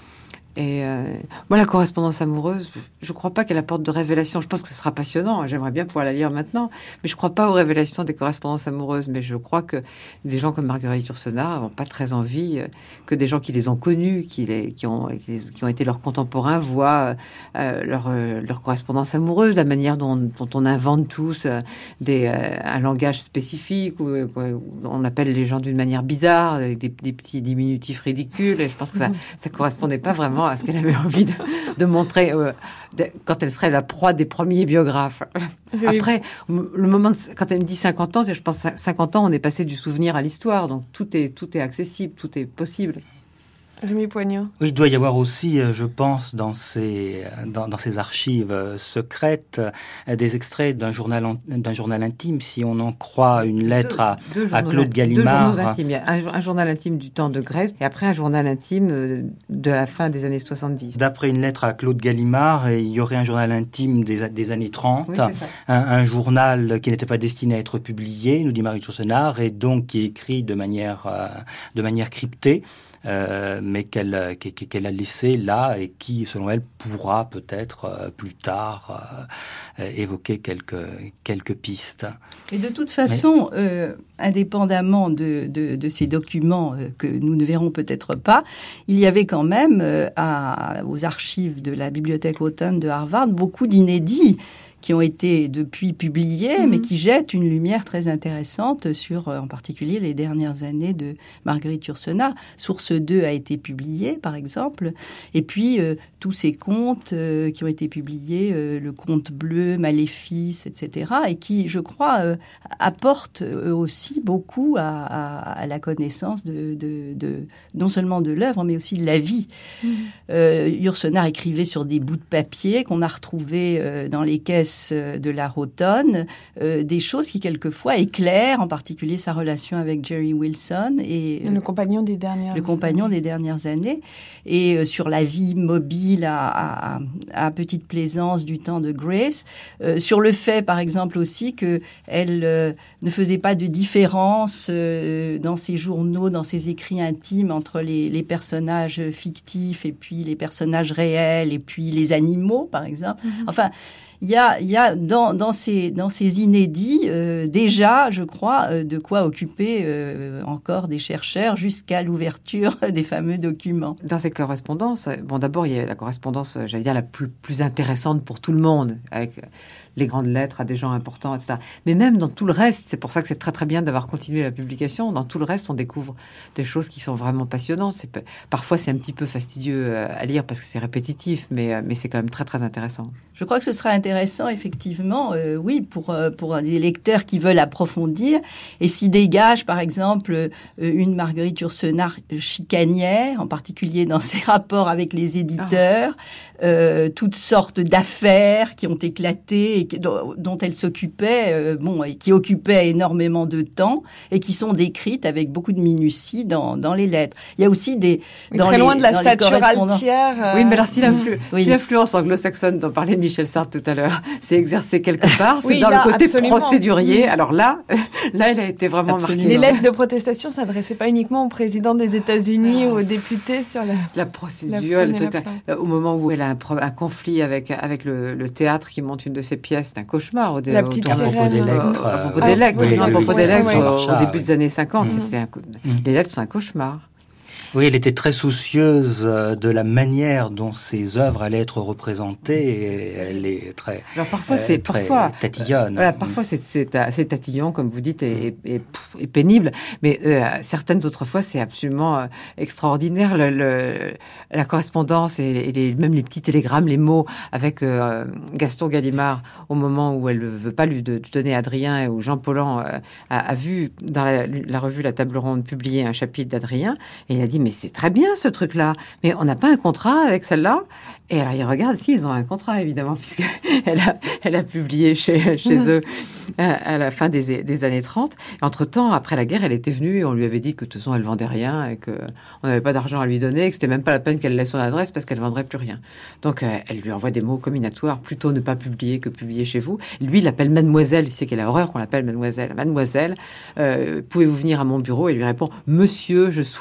Et euh, moi, la correspondance amoureuse, je ne crois pas qu'elle apporte de révélations. Je pense que ce sera passionnant. J'aimerais bien pouvoir la lire maintenant. Mais je ne crois pas aux révélations des correspondances amoureuses. Mais je crois que des gens comme Marguerite Yourcenar n'ont pas très envie que des gens qui les ont connus, qui, les, qui, ont, qui, les, qui ont été leurs contemporains, voient euh, leur, euh, leur correspondance amoureuse, la manière dont, dont on invente tous euh, des, euh, un langage spécifique, où, où on appelle les gens d'une manière bizarre, avec des, des petits diminutifs ridicules. Et je pense que ça ne correspondait pas vraiment à ce qu'elle avait envie de, de montrer euh, de, quand elle serait la proie des premiers biographes. Oui. Après, le moment de, quand elle me dit cinquante ans, je pense cinquante ans, on est passé du souvenir à l'histoire, donc tout est, tout est accessible, tout est possible. Rémi Poignot. Oui, il doit y avoir aussi, je pense, dans ces, dans, dans ces archives secrètes, des extraits d'un journal, d'un journal intime, si on en croit une lettre à, deux, deux à Claude Gallimard. Deux journaux intimes. Il y a un, un journal intime du temps de Grèce et après un journal intime de la fin des années soixante-dix. D'après une lettre à Claude Gallimard, il y aurait un journal intime des, des années trente, oui, un, un journal qui n'était pas destiné à être publié, nous dit Marguerite Yourcenar, et donc qui est écrit de manière, euh, de manière cryptée. Euh, mais qu'elle, qu'elle a laissé là et qui, selon elle, pourra peut-être euh, plus tard euh, évoquer quelques, quelques pistes. Et de toute façon, mais... euh, indépendamment de, de, de ces documents euh, que nous ne verrons peut-être pas, il y avait quand même euh, à, aux archives de la bibliothèque Houghton de Harvard beaucoup d'inédits qui ont été depuis publiés, mmh. mais qui jettent une lumière très intéressante sur, euh, en particulier, les dernières années de Marguerite Yourcenar. Source deux a été publié, par exemple, et puis euh, tous ces contes euh, qui ont été publiés, euh, le Conte bleu, Maléfice, et cetera, et qui, je crois, euh, apportent eux aussi beaucoup à, à, à la connaissance de, de, de, non seulement de l'œuvre, mais aussi de la vie. Mmh. Euh, Yourcenar écrivait sur des bouts de papier qu'on a retrouvés euh, dans les caisses de la Houghton, euh, des choses qui quelquefois éclairent, en particulier sa relation avec Jerry Wilson et le compagnon des dernières le compagnon années. des dernières années, et euh, sur la vie mobile à, à, à Petite Plaisance du temps de Grace, euh, sur le fait, par exemple aussi, que elle euh, ne faisait pas de différence euh, dans ses journaux, dans ses écrits intimes entre les, les personnages fictifs et puis les personnages réels et puis les animaux, par exemple. Mm-hmm. Enfin. Il y a, il y a dans, dans, ces, dans ces inédits, euh, déjà, je crois, euh, de quoi occuper euh, encore des chercheurs jusqu'à l'ouverture des fameux documents. Dans ces correspondances, bon, d'abord, il y a la correspondance, j'allais dire, la plus, plus intéressante pour tout le monde, avec les grandes lettres à des gens importants, et cetera. Mais même dans tout le reste, c'est pour ça que c'est très très bien d'avoir continué la publication, dans tout le reste, on découvre des choses qui sont vraiment passionnantes. C'est, parfois, c'est un petit peu fastidieux à lire parce que c'est répétitif, mais, mais c'est quand même très très intéressant. Je crois que ce sera intéressant, effectivement, euh, oui, pour, euh, pour des lecteurs qui veulent approfondir et s'y dégage, par exemple, euh, une Marguerite Yourcenar chicanière, en particulier dans ses rapports avec les éditeurs, ah. euh, toutes sortes d'affaires qui ont éclaté et qui, dont, dont elle s'occupait, euh, bon, et qui occupaient énormément de temps et qui sont décrites avec beaucoup de minutie dans, dans les lettres. Il y a aussi des... Oui, dans très les, loin de la dans stature altière. Euh... Oui, mais alors si, l'influ- oui. si l'influence anglo-saxonne dont parlait Michel Sartre tout à l'heure, c'est exercée quelque part, c'est oui, dans là, le côté absolument. procédurier. Alors là, là, elle a été vraiment absolument. marquée. Les lettres de protestation s'adressaient pas uniquement au président des États-Unis ah. ou aux députés sur la... La procédure, la total... au moment où elle a un, pro... un conflit avec, avec le, le théâtre qui monte une de ses pièces, c'est un cauchemar. Au dé... La petite au... sirène. À propos des lettres, à propos des lettres, au début des années cinquante, mmh. c'était un... mmh. les lettres sont un cauchemar. Oui, elle était très soucieuse de la manière dont ses œuvres allaient être représentées et elle est très, Alors parfois, euh, c'est, très parfois, tatillonne. Euh, voilà, parfois, c'est, c'est, c'est tatillon, comme vous dites, et, et, et, et pénible, mais euh, certaines autres fois, c'est absolument euh, extraordinaire. Le, le, la correspondance et, et les, même les petits télégrammes, les mots avec euh, Gaston Gallimard, au moment où elle ne veut pas lui de, donner à Adrien et où Jean Paulhan euh, a, a vu dans la, la revue La Table Ronde publier un chapitre d'Adrien, et il a dit mais c'est très bien ce truc-là, mais on n'a pas un contrat avec celle-là. Et alors ils regardent, si ils ont un contrat évidemment, puisque elle a, elle a publié chez, chez eux à, à la fin des, des années trente. Et entre-temps, après la guerre, elle était venue et on lui avait dit que de toute façon elle vendait rien et que on n'avait pas d'argent à lui donner et que c'était même pas la peine qu'elle laisse son adresse parce qu'elle vendrait plus rien. Donc euh, elle lui envoie des mots comminatoires, plutôt ne pas publier que publier chez vous. Lui, il l'appelle Mademoiselle, il sait qu'elle a horreur qu'on l'appelle Mademoiselle. Mademoiselle, euh, pouvez-vous venir à mon bureau? Et il lui répond Monsieur, je souffre d'un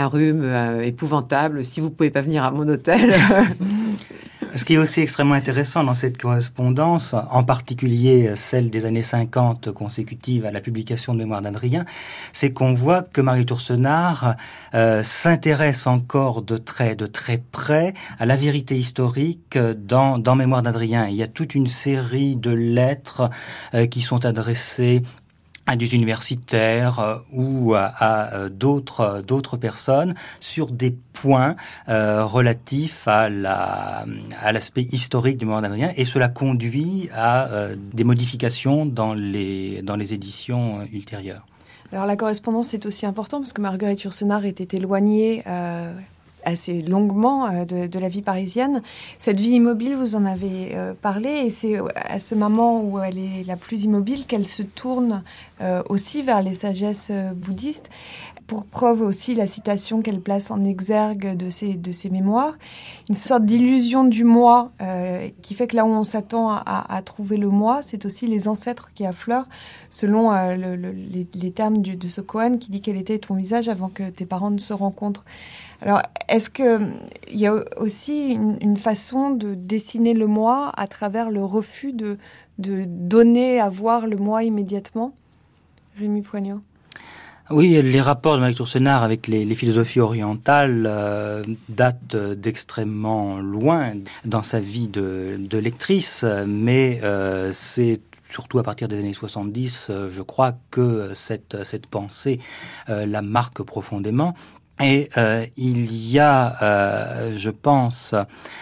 rhume euh, épouvantable, si vous ne pouvez pas venir à mon hôtel. Ce qui est aussi extrêmement intéressant dans cette correspondance, en particulier celle des années cinquante consécutives à la publication de Mémoires d'Adrien, c'est qu'on voit que Marguerite Yourcenar euh, s'intéresse encore de très, de très près à la vérité historique dans, dans Mémoires d'Adrien. Il y a toute une série de lettres euh, qui sont adressées à des universitaires euh, ou à, à euh, d'autres d'autres personnes sur des points euh, relatifs à la à l'aspect historique du Mémoires d'Adrien, et cela conduit à euh, des modifications dans les dans les éditions euh, ultérieures. Alors la correspondance est aussi importante parce que Marguerite Yourcenar était éloignée euh, assez longuement euh, de, de la vie parisienne. Cette vie immobile, vous en avez euh, parlé, et c'est à ce moment où elle est la plus immobile qu'elle se tourne euh, aussi vers les sagesses euh, bouddhistes. Pour preuve aussi la citation qu'elle place en exergue de ses, de ses mémoires, une sorte d'illusion du moi euh, qui fait que là où on s'attend à, à trouver le moi, c'est aussi les ancêtres qui affleurent, selon euh, le, le, les, les termes du, de ce koan qui dit quel était ton visage avant que tes parents ne se rencontrent. Alors, est-ce qu'il y a aussi une, une façon de dessiner le moi à travers le refus de, de donner à voir le moi immédiatement ? Rémi Poignot. Oui, les rapports de Marguerite Yourcenar avec les, les philosophies orientales euh, datent d'extrêmement loin dans sa vie de, de lectrice, mais euh, c'est surtout à partir des années soixante-dix, euh, je crois que cette, cette pensée euh, la marque profondément. Et euh, il y a, euh, je pense,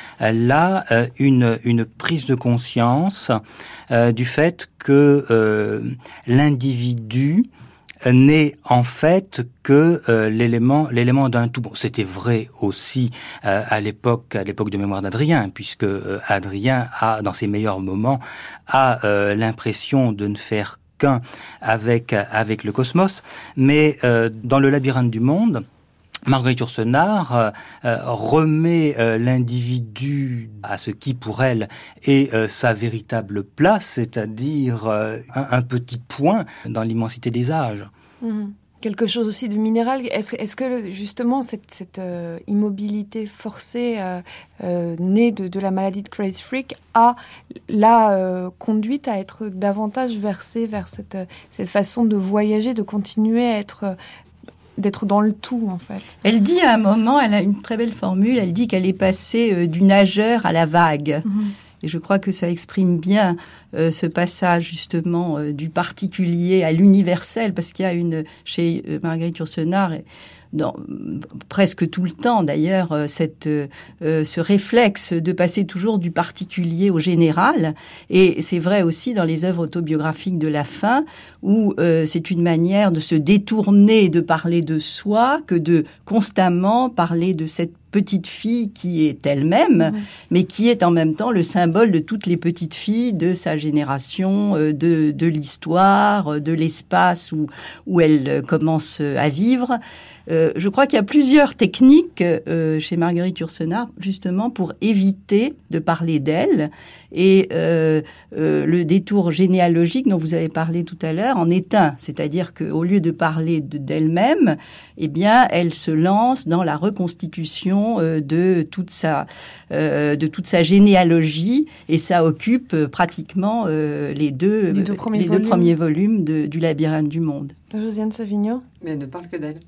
là euh, une, une prise de conscience euh, du fait que euh, l'individu n'est en fait que euh, l'élément l'élément d'un tout. Bon, c'était vrai aussi euh, à l'époque à l'époque de Mémoires d'Adrien, puisque euh, Adrien a, dans ses meilleurs moments, a euh, l'impression de ne faire qu'un avec avec le cosmos. Mais euh, dans le labyrinthe du monde, Marguerite Yourcenar euh, euh, remet euh, l'individu à ce qui, pour elle, est euh, sa véritable place, c'est-à-dire euh, un, un petit point dans l'immensité des âges. Mmh. Quelque chose aussi de minéral. Est-ce, est-ce que, justement, cette, cette euh, immobilité forcée euh, euh, née de, de la maladie de Grace Frick a l'a euh, conduite à être davantage versée vers cette, cette façon de voyager, de continuer à être... Euh, d'être dans le tout, en fait. Elle dit à un moment, elle a une très belle formule, elle dit qu'elle est passée euh, du nageur à la vague. Mmh. Et je crois que ça exprime bien euh, ce passage, justement, euh, du particulier à l'universel, parce qu'il y a une, chez euh, Marguerite Yourcenar, dans, presque tout le temps d'ailleurs, euh, cette, euh, ce réflexe de passer toujours du particulier au général. Et c'est vrai aussi dans les œuvres autobiographiques de la fin, où euh, c'est une manière de se détourner de parler de soi que de constamment parler de cette petite fille qui est elle-même, mmh. mais qui est en même temps le symbole de toutes les petites filles de sa génération, de, de l'histoire, de l'espace où, où elle commence à vivre. Euh, je crois qu'il y a plusieurs techniques euh, chez Marguerite Yourcenar, justement, pour éviter de parler d'elle. Et euh, euh, le détour généalogique dont vous avez parlé tout à l'heure en est un. C'est-à-dire qu'au lieu de parler de, d'elle-même, eh bien, elle se lance dans la reconstitution euh, de toute sa, euh, de toute sa généalogie, et ça occupe euh, pratiquement euh, les deux, les deux premiers les volumes, deux premiers volumes de, du Labyrinthe du monde. Josiane Savigno. Mais elle ne parle que d'elle.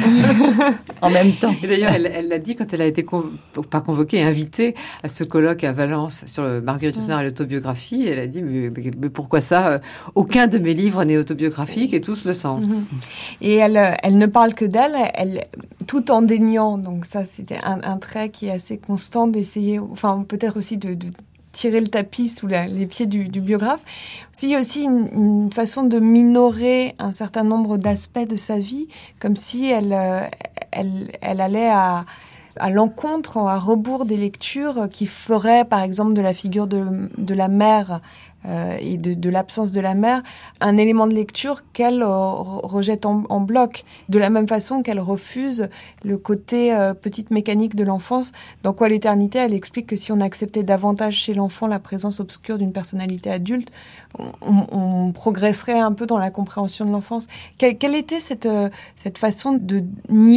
En même temps. Et d'ailleurs, elle, elle l'a dit quand elle a été, con, pas convoquée, invitée à ce colloque à Valence sur le Marguerite Yourcenar et l'autobiographie. Elle a dit, mais, mais, mais pourquoi ça ? Aucun de mes livres n'est autobiographique et tous le sont. Et elle, elle ne parle que d'elle, elle, tout en déniant. Donc ça, c'était un, un trait qui est assez constant d'essayer, enfin peut-être aussi de... de tirer le tapis sous la, les pieds du, du biographe. Il y a aussi une, une façon de minorer un certain nombre d'aspects de sa vie, comme si elle, elle, elle allait à, à l'encontre, à rebours des lectures qui feraient, par exemple, de la figure de, de la mère euh, et de, de l'absence de la mère un élément de lecture qu'elle euh, rejette en, en bloc, de la même façon qu'elle refuse le côté euh, petite mécanique de l'enfance. Dans Quoi l'éternité, elle explique que si on acceptait davantage chez l'enfant la présence obscure d'une personnalité adulte, on, on progresserait un peu dans la compréhension de l'enfance. Quelle, quelle était cette, euh, cette façon de nier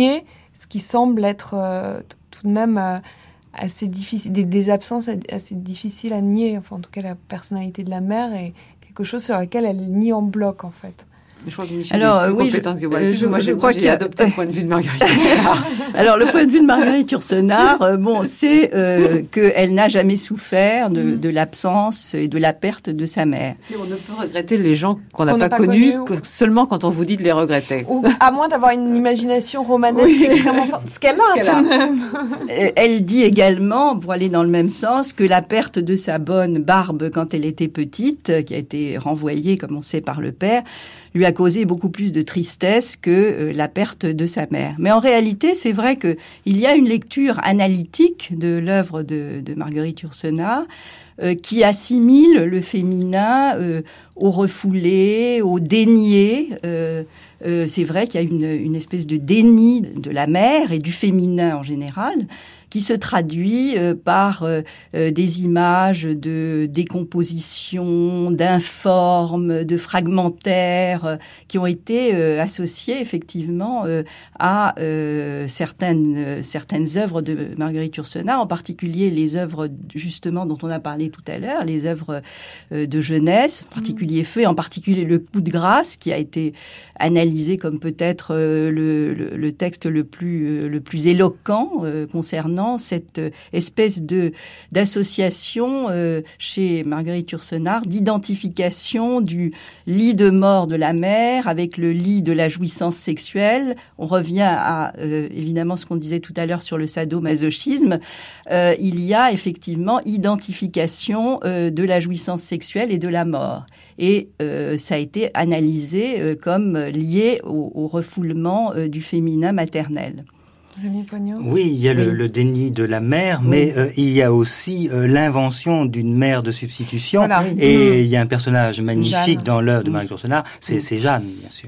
ce qui semble être euh, tout de même euh, assez difficile, des, des absences assez difficiles à nier. Enfin, en tout cas, la personnalité de la mère est quelque chose sur lequel elle nie en bloc, en fait. Je crois que Michel Alors, est plus oui, compétente je, que moi. euh, je, moi, je, je crois j'ai qu'il y a adopté le point de vue de Marguerite Yourcenar. Alors, le point de vue de Marguerite Yourcenar, euh, bon, c'est euh, qu'elle n'a jamais souffert de, de l'absence et de la perte de sa mère. Si on ne peut regretter les gens qu'on n'a Qu'on pas, pas connus connus, que seulement quand on vous dit de les regretter. Ou à moins d'avoir une imagination romanesque Oui. extrêmement forte. Ce qu'elle a, Qu'elle tout a. de même. Euh, Elle dit également, pour aller dans le même sens, que la perte de sa bonne barbe quand elle était petite, qui a été renvoyée, comme on sait, par le père, lui a causé beaucoup plus de tristesse que euh, la perte de sa mère. Mais en réalité, c'est vrai qu'il y a une lecture analytique de l'œuvre de, de Marguerite Yourcenar euh, qui assimile le féminin euh, au refoulé, au dénié. Euh, euh, c'est vrai qu'il y a une, une espèce de déni de la mère et du féminin en général, qui se traduit euh, par euh, euh, des images de décomposition, d'informes, de fragmentaires, euh, qui ont été euh, associés effectivement euh, à euh, certaines, euh, certaines œuvres de Marguerite Yourcenar, en particulier les œuvres justement dont on a parlé tout à l'heure, les œuvres euh, de jeunesse, en particulier Feu, et en particulier Le coup de grâce, qui a été analysé comme peut-être euh, le, le, le texte le plus, euh, le plus éloquent euh, concernant cette espèce de d'association euh, chez Marguerite Yourcenar, d'identification du lit de mort de la mère avec le lit de la jouissance sexuelle. On revient à euh, évidemment ce qu'on disait tout à l'heure sur le sadomasochisme. Euh, il y a effectivement identification euh, de la jouissance sexuelle et de la mort. Et euh, ça a été analysé euh, comme lié au, au refoulement euh, du féminin maternel. Rémi Poignot. Oui, il y a le, Oui. le déni de la mère, Oui. mais euh, il y a aussi euh, l'invention d'une mère de substitution. Voilà. Et Mmh. il y a un personnage magnifique Jeanne. dans l'œuvre de Mmh. Marguerite Yourcenar, c'est Mmh. c'est Jeanne, bien sûr.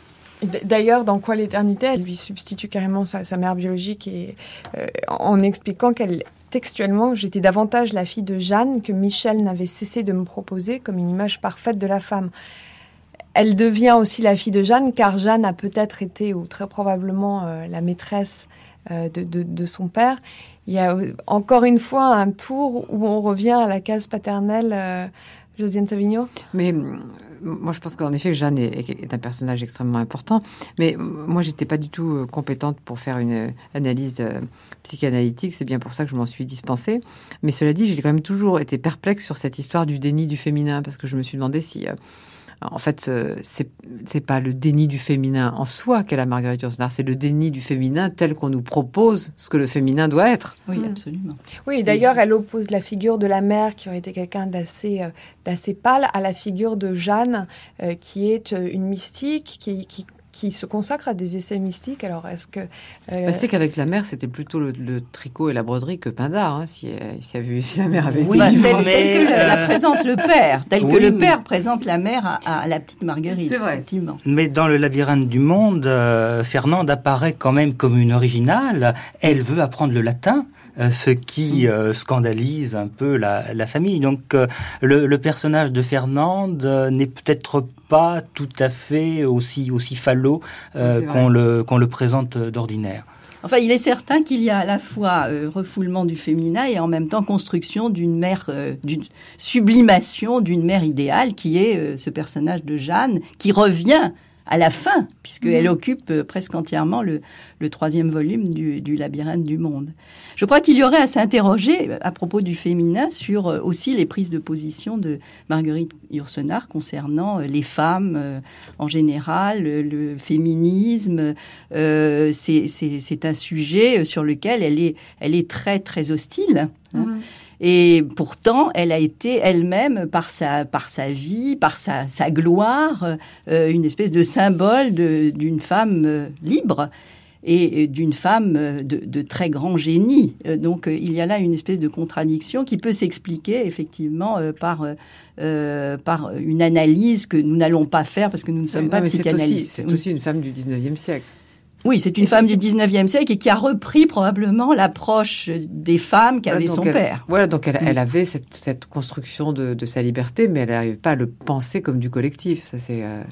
D- D'ailleurs, dans Quoi l'éternité, elle lui substitue carrément sa, sa mère biologique et, euh, en expliquant qu'elle, textuellement, j'étais davantage la fille de Jeanne que Michel n'avait cessé de me proposer comme une image parfaite de la femme. Elle devient aussi la fille de Jeanne, car Jeanne a peut-être été, ou très probablement, euh, la maîtresse euh, de, de, de son père. Il y a euh, encore une fois un tour où on revient à la case paternelle. Euh, Josiane Savigno. Mais moi, je pense qu'en effet, Jeanne est, est un personnage extrêmement important. Mais moi, j'étais pas du tout compétente pour faire une analyse psychanalytique. C'est bien pour ça que je m'en suis dispensée. Mais cela dit, j'ai quand même toujours été perplexe sur cette histoire du déni du féminin, parce que je me suis demandé si... Euh, En fait, c'est, c'est pas le déni du féminin en soi qu'est la Marguerite Yourcenar, c'est le déni du féminin tel qu'on nous propose ce que le féminin doit être. Oui, Mmh. absolument. Oui, d'ailleurs, elle oppose la figure de la mère, qui aurait été quelqu'un d'assez, euh, d'assez pâle, à la figure de Jeanne, euh, qui est euh, une mystique, qui, qui, qui se consacre à des essais mystiques. Alors, est-ce que... Euh... Bah, c'est qu'avec la mère, c'était plutôt le, le tricot et la broderie que Pindare, hein, si, si, avait, si la mère avait Oui, été... bah, tel, mais, tel que le- euh... la présente le père, tel Oui, que le mais... père présente la mère à, à la petite Marguerite. C'est vrai. Effectivement. Mais dans le labyrinthe du monde, euh, Fernande apparaît quand même comme une originale. Elle veut apprendre le latin, euh, ce qui euh, scandalise un peu la, la famille. Donc euh, le, le personnage de Fernande euh, n'est peut-être pas tout à fait aussi, aussi falot euh, Oui, qu'on le, qu'on le présente d'ordinaire. Enfin, il est certain qu'il y a à la fois euh, refoulement du féminin et en même temps construction d'une mère, euh, d'une sublimation d'une mère idéale qui est euh, ce personnage de Jeanne qui revient à la fin, puisqu'elle mmh. occupe euh, presque entièrement le, le troisième volume du, du Labyrinthe du monde. Je crois qu'il y aurait à s'interroger à propos du féminin sur euh, aussi les prises de position de Marguerite Yourcenar concernant euh, les femmes euh, en général, le, le féminisme. Euh, c'est, c'est, c'est un sujet sur lequel elle est, elle est très, très hostile. Hein. Mmh. Et pourtant, elle a été elle-même, par sa, par sa vie, par sa, sa gloire, euh, une espèce de symbole de, d'une femme euh, libre et d'une femme de, de très grand génie. Euh, donc, euh, il y a là une espèce de contradiction qui peut s'expliquer effectivement euh, par, euh, par une analyse que nous n'allons pas faire parce que nous ne sommes oui, pas non, psychanalystes. C'est aussi, c'est aussi une femme du dix-neuvième siècle. Oui, c'est une et femme c'est... du dix-neuvième siècle et qui a repris probablement l'approche des femmes qu'avait voilà, son elle, père. Voilà, donc elle, elle avait cette, cette construction de, de sa liberté, mais elle n'arrivait pas à le penser comme du collectif. Ça, c'est, euh...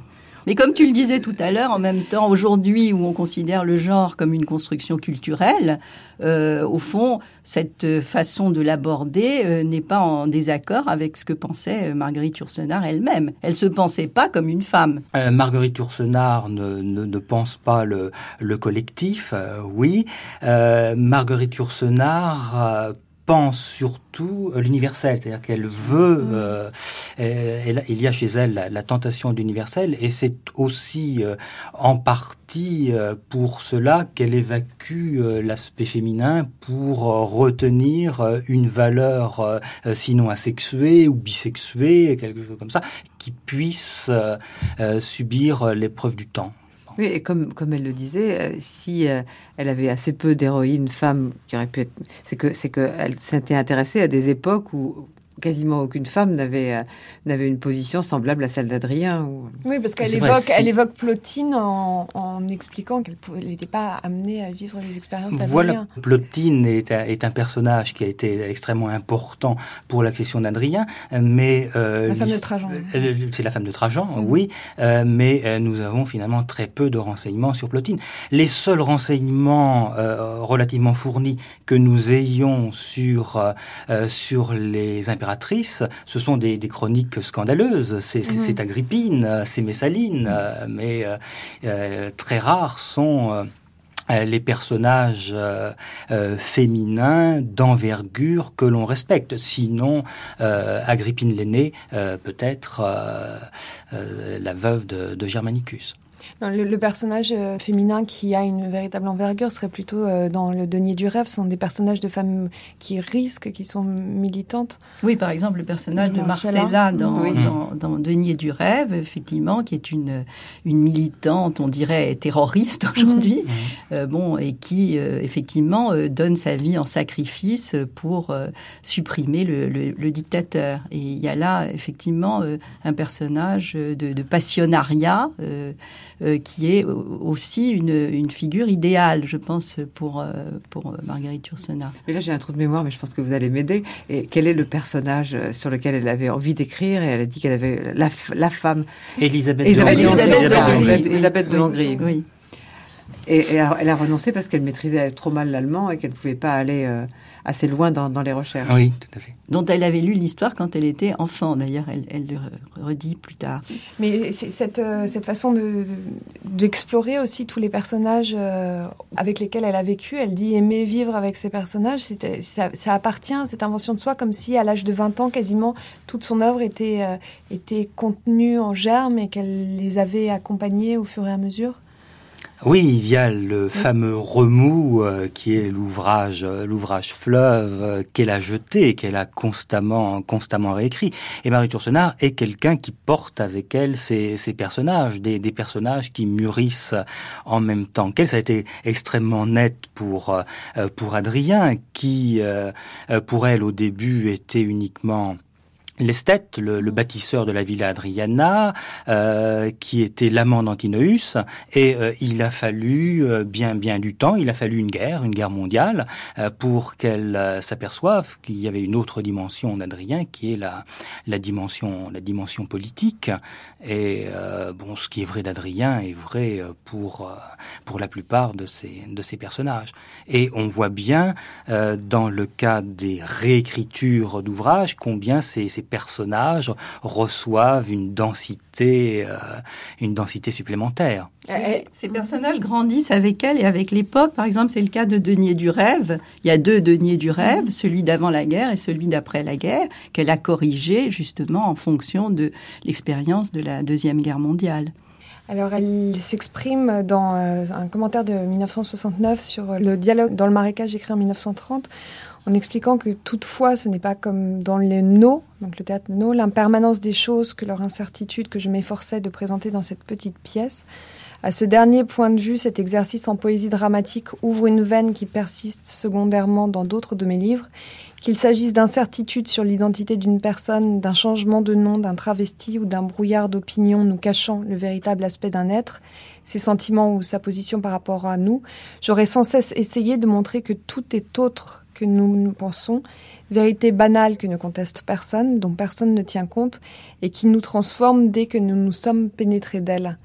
Mais comme tu le disais tout à l'heure, en même temps, aujourd'hui où on considère le genre comme une construction culturelle, euh, au fond, cette façon de l'aborder euh, n'est pas en désaccord avec ce que pensait Marguerite Yourcenar elle-même. Elle ne se pensait pas comme une femme. Euh, Marguerite Yourcenar ne, ne, ne pense pas le, le collectif, euh, oui. Euh, Marguerite Yourcenar euh, pense surtout l'universel, c'est-à-dire qu'elle veut, euh, elle, il y a chez elle la, la tentation d'universel, et c'est aussi euh, en partie euh, pour cela qu'elle évacue euh, l'aspect féminin pour euh, retenir euh, une valeur euh, sinon asexuée ou bisexuée, quelque chose comme ça, qui puisse euh, euh, subir l'épreuve du temps. Oui, et comme, comme elle le disait, euh, si euh, elle avait assez peu d'héroïnes femmes qui auraient pu être... C'est que, c'est qu'elle s'était intéressée à des époques où quasiment aucune femme n'avait, euh, n'avait une position semblable à celle d'Adrien. Ou... Oui, parce qu'elle c'est évoque, vrai, si... elle évoque Plotine en, en expliquant qu'elle n'était pas amenée à vivre des expériences d'Adrien. Voilà, Plotine est un, est un personnage qui a été extrêmement important pour l'accession d'Adrien, mais... Euh, la femme de Trajan. C'est la femme de Trajan, mmh. oui, euh, mais euh, nous avons finalement très peu de renseignements sur Plotine. Les seuls renseignements euh, relativement fournis que nous ayons sur, euh, sur les impératrices, ce sont des, des chroniques scandaleuses. C'est, c'est, mmh. c'est Agrippine, c'est Messaline, mmh. mais euh, euh, très rares sont... Euh, les personnages euh, euh, féminins d'envergure que l'on respecte. Sinon, euh, Agrippine l'aînée euh, peut être euh, euh, la veuve de, de Germanicus. Non, le, le personnage euh, féminin qui a une véritable envergure serait plutôt euh, dans le Denier du rêve. Ce sont des personnages de femmes qui risquent, qui sont militantes. Oui, par exemple, le personnage de, de Marcella dans, oui. dans, dans Denier du rêve, effectivement, qui est une, une militante, on dirait terroriste aujourd'hui, mmh. euh, bon, et qui, euh, effectivement, euh, donne sa vie en sacrifice pour euh, supprimer le, le, le dictateur. Et il y a là, effectivement, euh, un personnage de, de passionnariat euh, Euh, qui est aussi une, une figure idéale, je pense, pour, euh, pour Marguerite Yourcenar. Mais là, j'ai un trou de mémoire, mais je pense que vous allez m'aider. Et quel est le personnage sur lequel elle avait envie d'écrire? Et elle a dit qu'elle avait la, la femme... Élisabeth, Élisabeth de Hongrie. Élisabeth de Hongrie. Oui, Élisabeth de oui, Hongrie. Oui. Et, et elle a renoncé parce qu'elle maîtrisait trop mal l'allemand et qu'elle ne pouvait pas aller euh, assez loin dans, dans les recherches. Oui, tout à fait. Dont elle avait lu l'histoire quand elle était enfant, d'ailleurs, elle, elle le redit plus tard. Mais c'est cette, euh, cette façon de, de, d'explorer aussi tous les personnages euh, avec lesquels elle a vécu, elle dit aimer vivre avec ces personnages, c'était, ça, ça appartient à cette invention de soi, comme si à l'âge de vingt ans, quasiment toute son œuvre était, euh, était contenue en germe et qu'elle les avait accompagnés au fur et à mesure. Oui, il y a le fameux remous euh, qui est l'ouvrage, euh, l'ouvrage fleuve euh, qu'elle a jeté, qu'elle a constamment, constamment réécrit. Et Marguerite Yourcenar est quelqu'un qui porte avec elle ces, ces personnages, des, des personnages qui mûrissent en même temps qu'elle. Ça a été extrêmement net pour euh, pour Adrien, qui euh, pour elle au début était uniquement Lestet, le, le bâtisseur de la Villa Adriana, euh, qui était l'amant d'Antinoüs, et euh, il a fallu euh, bien bien du temps, il a fallu une guerre, une guerre mondiale, euh, pour qu'elle euh, s'aperçoive qu'il y avait une autre dimension d'Adrien, qui est la la dimension la dimension politique. Et euh, bon, ce qui est vrai d'Adrien est vrai pour euh, pour la plupart de ces de ces personnages. Et on voit bien euh, dans le cas des réécritures d'ouvrages combien ces ces personnages reçoivent une densité, euh, une densité supplémentaire. Ces, ces personnages grandissent avec elle et avec l'époque. Par exemple, c'est le cas de Denier du rêve. Il y a deux Deniers du rêve, celui d'avant la guerre et celui d'après la guerre, qu'elle a corrigé justement en fonction de l'expérience de la Deuxième Guerre mondiale. Alors, elle s'exprime dans euh, un commentaire de dix-neuf cent soixante-neuf sur le dialogue dans le marécage écrit en dix-neuf cent trente, en expliquant que toutefois, ce n'est pas comme dans les No, donc le théâtre No, l'impermanence des choses que leur incertitude que je m'efforçais de présenter dans cette petite pièce. À ce dernier point de vue, cet exercice en poésie dramatique ouvre une veine qui persiste secondairement dans d'autres de mes livres, qu'il s'agisse d'incertitude sur l'identité d'une personne, d'un changement de nom, d'un travesti ou d'un brouillard d'opinion nous cachant le véritable aspect d'un être, ses sentiments ou sa position par rapport à nous, j'aurais sans cesse essayé de montrer que tout est autre que nous nous pensons, vérité banale que ne conteste personne, dont personne ne tient compte, et qui nous transforme dès que nous nous sommes pénétrés d'elle.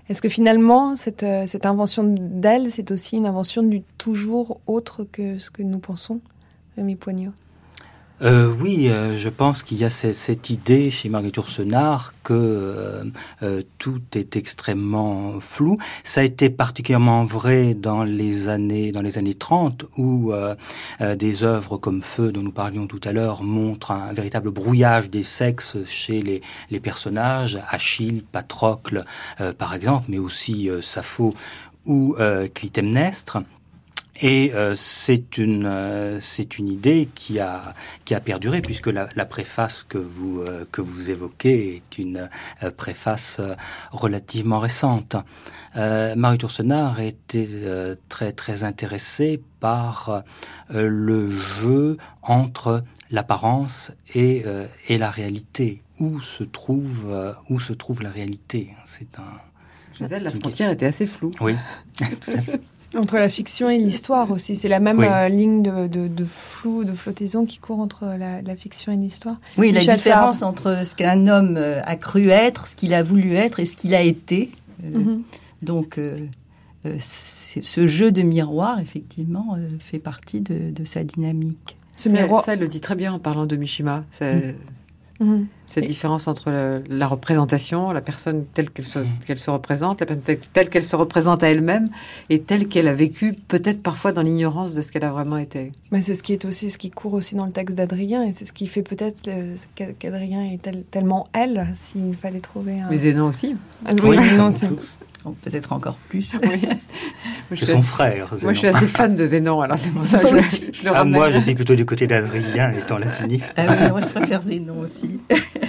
Est-ce que finalement, cette, cette invention d'elle, c'est aussi une invention du toujours autre que ce que nous pensons, Rémi Poignot ? Euh, oui, euh, je pense qu'il y a cette, cette idée chez Marguerite Yourcenar que euh, euh, tout est extrêmement flou. Ça a été particulièrement vrai dans les années dans les années trente, où euh, euh, des œuvres comme Feu, dont nous parlions tout à l'heure, montrent un, un véritable brouillage des sexes chez les, les personnages, Achille, Patrocle, euh, par exemple, mais aussi euh, Sappho ou euh, Clytemnestre. Et euh, c'est une euh, c'est une idée qui a qui a perduré, puisque la, la préface que vous euh, que vous évoquez est une euh, préface euh, relativement récente. Euh, Marguerite Yourcenar était euh, très très intéressée par euh, le jeu entre l'apparence et euh, et la réalité. Où se trouve euh, où se trouve la réalité ? C'est un. Chez elle, la frontière était assez floue. Oui, tout à fait. Entre la fiction et l'histoire aussi. C'est la même oui. euh, ligne de, de, de flou, de flottaison qui court entre la, la fiction et l'histoire. Oui, Michel la différence Sard. entre ce qu'un homme a cru être, ce qu'il a voulu être et ce qu'il a été. Euh, mm-hmm. Donc, euh, euh, ce jeu de miroir, effectivement, euh, fait partie de, de sa dynamique. Ce miroir... Ça, elle le dit très bien en parlant de Mishima. C'est... Mm. Cette et... différence entre le, la représentation, la personne telle qu'elle se, qu'elle se représente, la personne telle, telle qu'elle se représente à elle-même, et telle qu'elle a vécu, peut-être parfois dans l'ignorance de ce qu'elle a vraiment été. Mais c'est ce qui est aussi, ce qui court aussi dans le texte d'Adrien, et c'est ce qui fait peut-être euh, qu'Adrien est tel, tellement elle, s'il fallait trouver un... Mais Zénon aussi. Ah, oui, oui, Zénon aussi. Peut-être encore plus. Oui. C'est son assez... frère, Zénon. Moi, je suis assez fan de Zénon, alors c'est pour ça que je, je le ah, ramène. Moi, je suis plutôt du côté d'Adrien, étant latiniste. Ah oui, moi, je préfère Zénon aussi.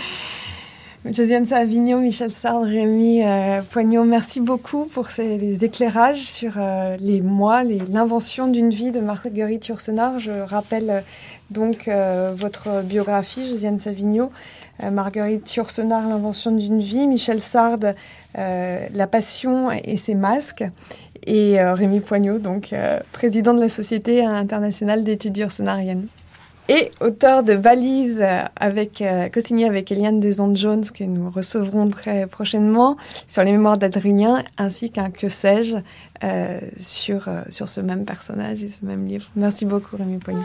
Josiane Savigno, Michel Sard, Rémi euh, Poignot, merci beaucoup pour ces les éclairages sur euh, les mois, les, l'invention d'une vie de Marguerite Yourcenar. Je rappelle euh, donc euh, votre biographie, Josiane Savigno, euh, Marguerite Yourcenar, l'invention d'une vie, Michel Sard, euh, la passion et ses masques, et euh, Rémi Poignot, donc euh, président de la Société internationale d'études yourcenariennes. Et auteur de Balises, avec, euh, co-signé avec Eliane Desondes-Jones, que nous recevrons très prochainement, sur les mémoires d'Adrien, ainsi qu'un Que sais-je, euh, sur, euh, sur ce même personnage et ce même livre. Merci beaucoup, Rémi Poignot.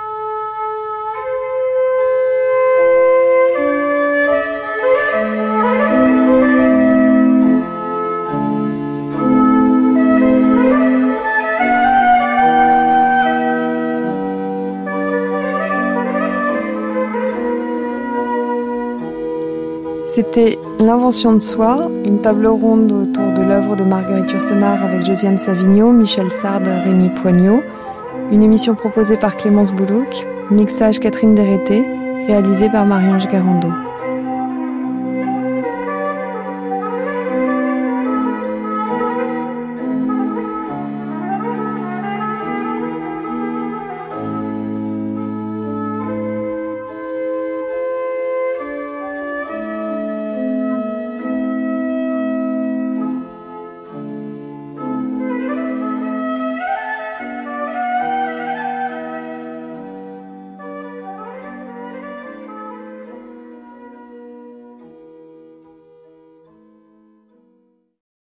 C'était L'invention de soi, une table ronde autour de l'œuvre de Marguerite Yourcenar avec Josiane Savigno, Michel Sard, Rémi Poignot. Une émission proposée par Clémence Boulouc, mixage Catherine Dérété, réalisée par Marie-Ange Garando.